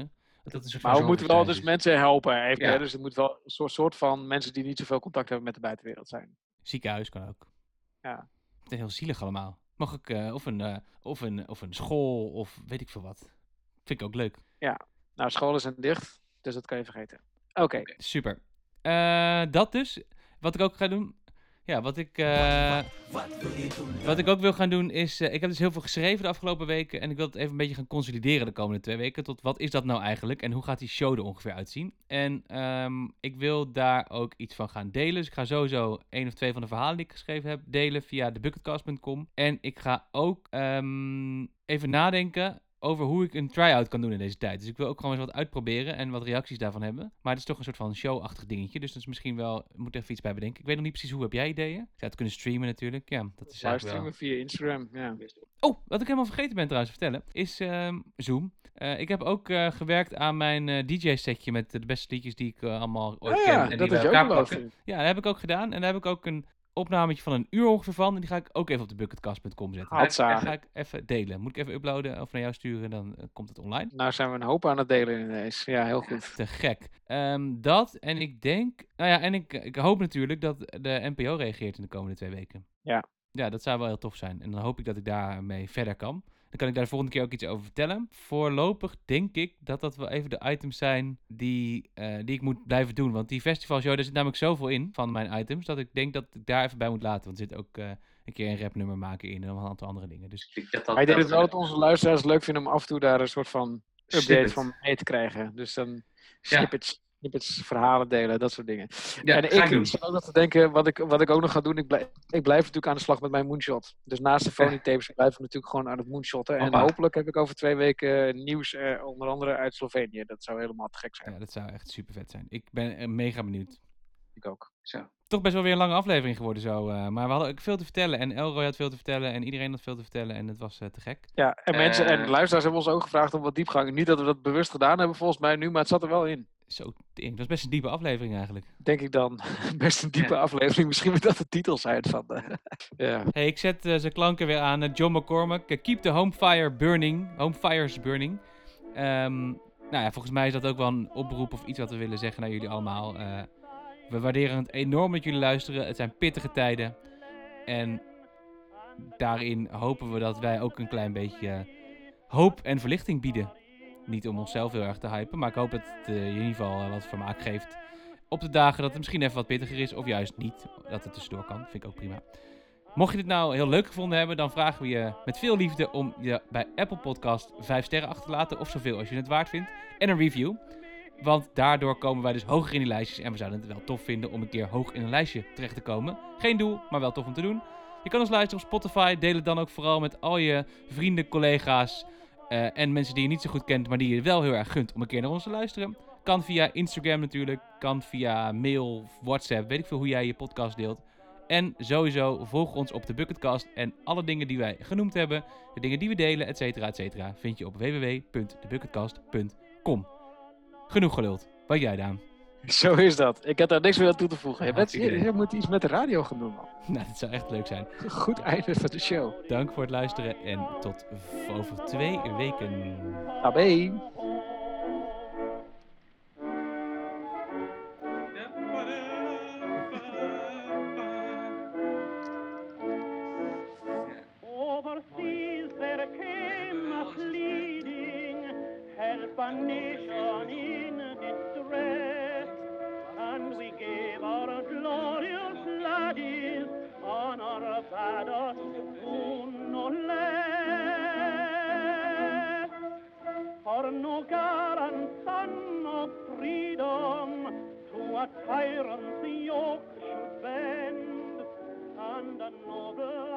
Speaker 3: Dat is een
Speaker 2: Maar we moeten wel dus
Speaker 3: is.
Speaker 2: mensen helpen. Even,
Speaker 1: Ja.
Speaker 2: hè? Dus het moet wel een soort van mensen die niet zoveel contact hebben met de buitenwereld zijn.
Speaker 3: Ziekenhuis kan ook.
Speaker 2: Ja.
Speaker 3: Het is heel zielig allemaal. Mag ik of een school of weet ik veel wat. Vind ik ook leuk.
Speaker 2: Nou, scholen zijn dicht, dus dat kan je vergeten. Oké.
Speaker 3: Super. Dat dus. Wat ik ook ga doen. Ja, wat ik ook wil gaan doen is... ik heb dus heel veel geschreven de afgelopen weken. En ik wil het even een beetje gaan consolideren de komende 2 weken. Tot wat is dat nou eigenlijk? En hoe gaat die show er ongeveer uitzien? En ik wil daar ook iets van gaan delen. Dus ik ga sowieso 1 of 2 van de verhalen die ik geschreven heb delen via thebucketcast.com. En ik ga ook even nadenken over hoe ik een try-out kan doen in deze tijd. Dus ik wil ook gewoon eens wat uitproberen en wat reacties daarvan hebben. Maar het is toch een soort van show-achtig dingetje. Dus dat is misschien wel... moet er even iets bij bedenken. Ik weet nog niet precies hoe. Heb jij ideeën? Ik zou het kunnen streamen natuurlijk. Ja, dat is eigenlijk wel...
Speaker 2: Livestreamen via Instagram. Ja.
Speaker 3: Oh, wat ik helemaal vergeten ben trouwens te vertellen, is Zoom. Ik heb ook gewerkt aan mijn DJ-setje met de beste liedjes die ik allemaal ooit ken. En die
Speaker 2: dat
Speaker 3: bij
Speaker 2: is je
Speaker 3: elkaar
Speaker 2: ook beloofd.
Speaker 3: pakken. Ja, dat heb ik ook gedaan. En daar heb ik ook een opnametje van 1 uur ongeveer van. En die ga ik ook even op de bucketcast.com zetten.
Speaker 2: Hatsa.
Speaker 3: En ga ik even delen. Moet ik even uploaden of naar jou sturen, dan komt het online.
Speaker 2: Nou zijn we een hoop aan het delen ineens. Ja, heel goed.
Speaker 3: Te gek. Dat en ik denk... Nou ja, en ik hoop natuurlijk dat de NPO reageert in de komende 2 weken.
Speaker 2: Ja.
Speaker 3: Ja, dat zou wel heel tof zijn. En dan hoop ik dat ik daarmee verder kan. Dan kan ik daar de volgende keer ook iets over vertellen. Voorlopig denk ik dat dat wel even de items zijn die ik moet blijven doen. Want die festivalshow, daar zit namelijk zoveel in van mijn items, dat ik denk dat ik daar even bij moet laten. Want er zit ook een keer een rapnummer maken in en nog een aantal andere dingen. Dus
Speaker 1: Ik denk
Speaker 2: Maar ik denk het wel dat onze luisteraars het leuk vinden om af en toe daar een soort van update
Speaker 1: Snippet.
Speaker 2: van mee te krijgen. Dus dan
Speaker 1: Ja.
Speaker 2: snippets, verhalen delen, dat soort dingen.
Speaker 1: Ja,
Speaker 2: en
Speaker 1: ga ik doen.
Speaker 2: ik zat ook nog te denken, wat ik ook nog ga doen, ik blijf natuurlijk aan de slag met mijn moonshot. Dus naast de phony tapes blijf ik natuurlijk gewoon aan het moonshotten. En
Speaker 1: Hoppa.
Speaker 2: hopelijk heb ik over 2 weken nieuws, onder andere uit Slovenië. Dat zou helemaal te gek zijn.
Speaker 3: ja, dat zou echt super vet zijn. Ik ben mega benieuwd.
Speaker 2: Ik ook.
Speaker 1: Zo.
Speaker 3: Toch best wel weer een lange aflevering geworden zo. Maar we hadden ook veel te vertellen. En Elroy had veel te vertellen. En iedereen had veel te vertellen. En het was te gek.
Speaker 2: Ja, en mensen en
Speaker 1: Eh.
Speaker 2: luisteraars hebben ons ook gevraagd om wat diepgang. Niet dat we dat bewust gedaan hebben volgens mij nu, maar het zat er wel in.
Speaker 3: Zo, ding. Dat was best een diepe aflevering eigenlijk.
Speaker 2: Denk ik dan. Best een diepe
Speaker 1: Ja.
Speaker 2: aflevering. Misschien moet dat de titel zijn van ja.
Speaker 3: Hey, ik zet zijn klanken weer aan. John McCormack. Keep the home fires burning. Nou ja, volgens mij is dat ook wel een oproep of iets wat we willen zeggen naar jullie allemaal. We waarderen het enorm dat jullie luisteren. Het zijn pittige tijden. En daarin hopen we dat wij ook een klein beetje hoop en verlichting bieden. Niet om onszelf heel erg te hypen, maar ik hoop dat het je in ieder geval wat vermaak geeft. Op de dagen dat het misschien even wat pittiger is, of juist niet, dat het tussendoor kan. Vind ik ook prima. Mocht je dit nou heel leuk gevonden hebben, dan vragen we je met veel liefde om je bij Apple Podcast 5 sterren achter te laten, of zoveel als je het waard vindt, en een review. Want daardoor komen wij dus hoger in die lijstjes en we zouden het wel tof vinden om een keer hoog in een lijstje terecht te komen. Geen doel, maar wel tof om te doen. Je kan ons luisteren op Spotify, deel het dan ook vooral met al je vrienden, collega's en mensen die je niet zo goed kent, maar die je wel heel erg gunt om een keer naar ons te luisteren. Kan via Instagram natuurlijk, kan via mail, WhatsApp, weet ik veel hoe jij je podcast deelt. En sowieso volg ons op de Bucketcast en alle dingen die wij genoemd hebben, de dingen die we delen, et cetera, vind je op www.thebucketcast.com. Genoeg geluld. Wat jij, Daan?
Speaker 2: Zo is dat. Ik heb daar niks meer aan toe te voegen.
Speaker 3: Ja,
Speaker 2: Je moet iets met de radio gaan doen, man.
Speaker 3: Nou, dat zou echt leuk zijn.
Speaker 2: Goed einde van de show.
Speaker 3: Dank voor het luisteren en tot over 2 weken.
Speaker 2: Tabé.
Speaker 5: Overseas there came a pleading, help a nation in distress, and we gave our glorious laddies on our banners soon no less. For no garant son of freedom to a tyrant's yoke should bend, and a noble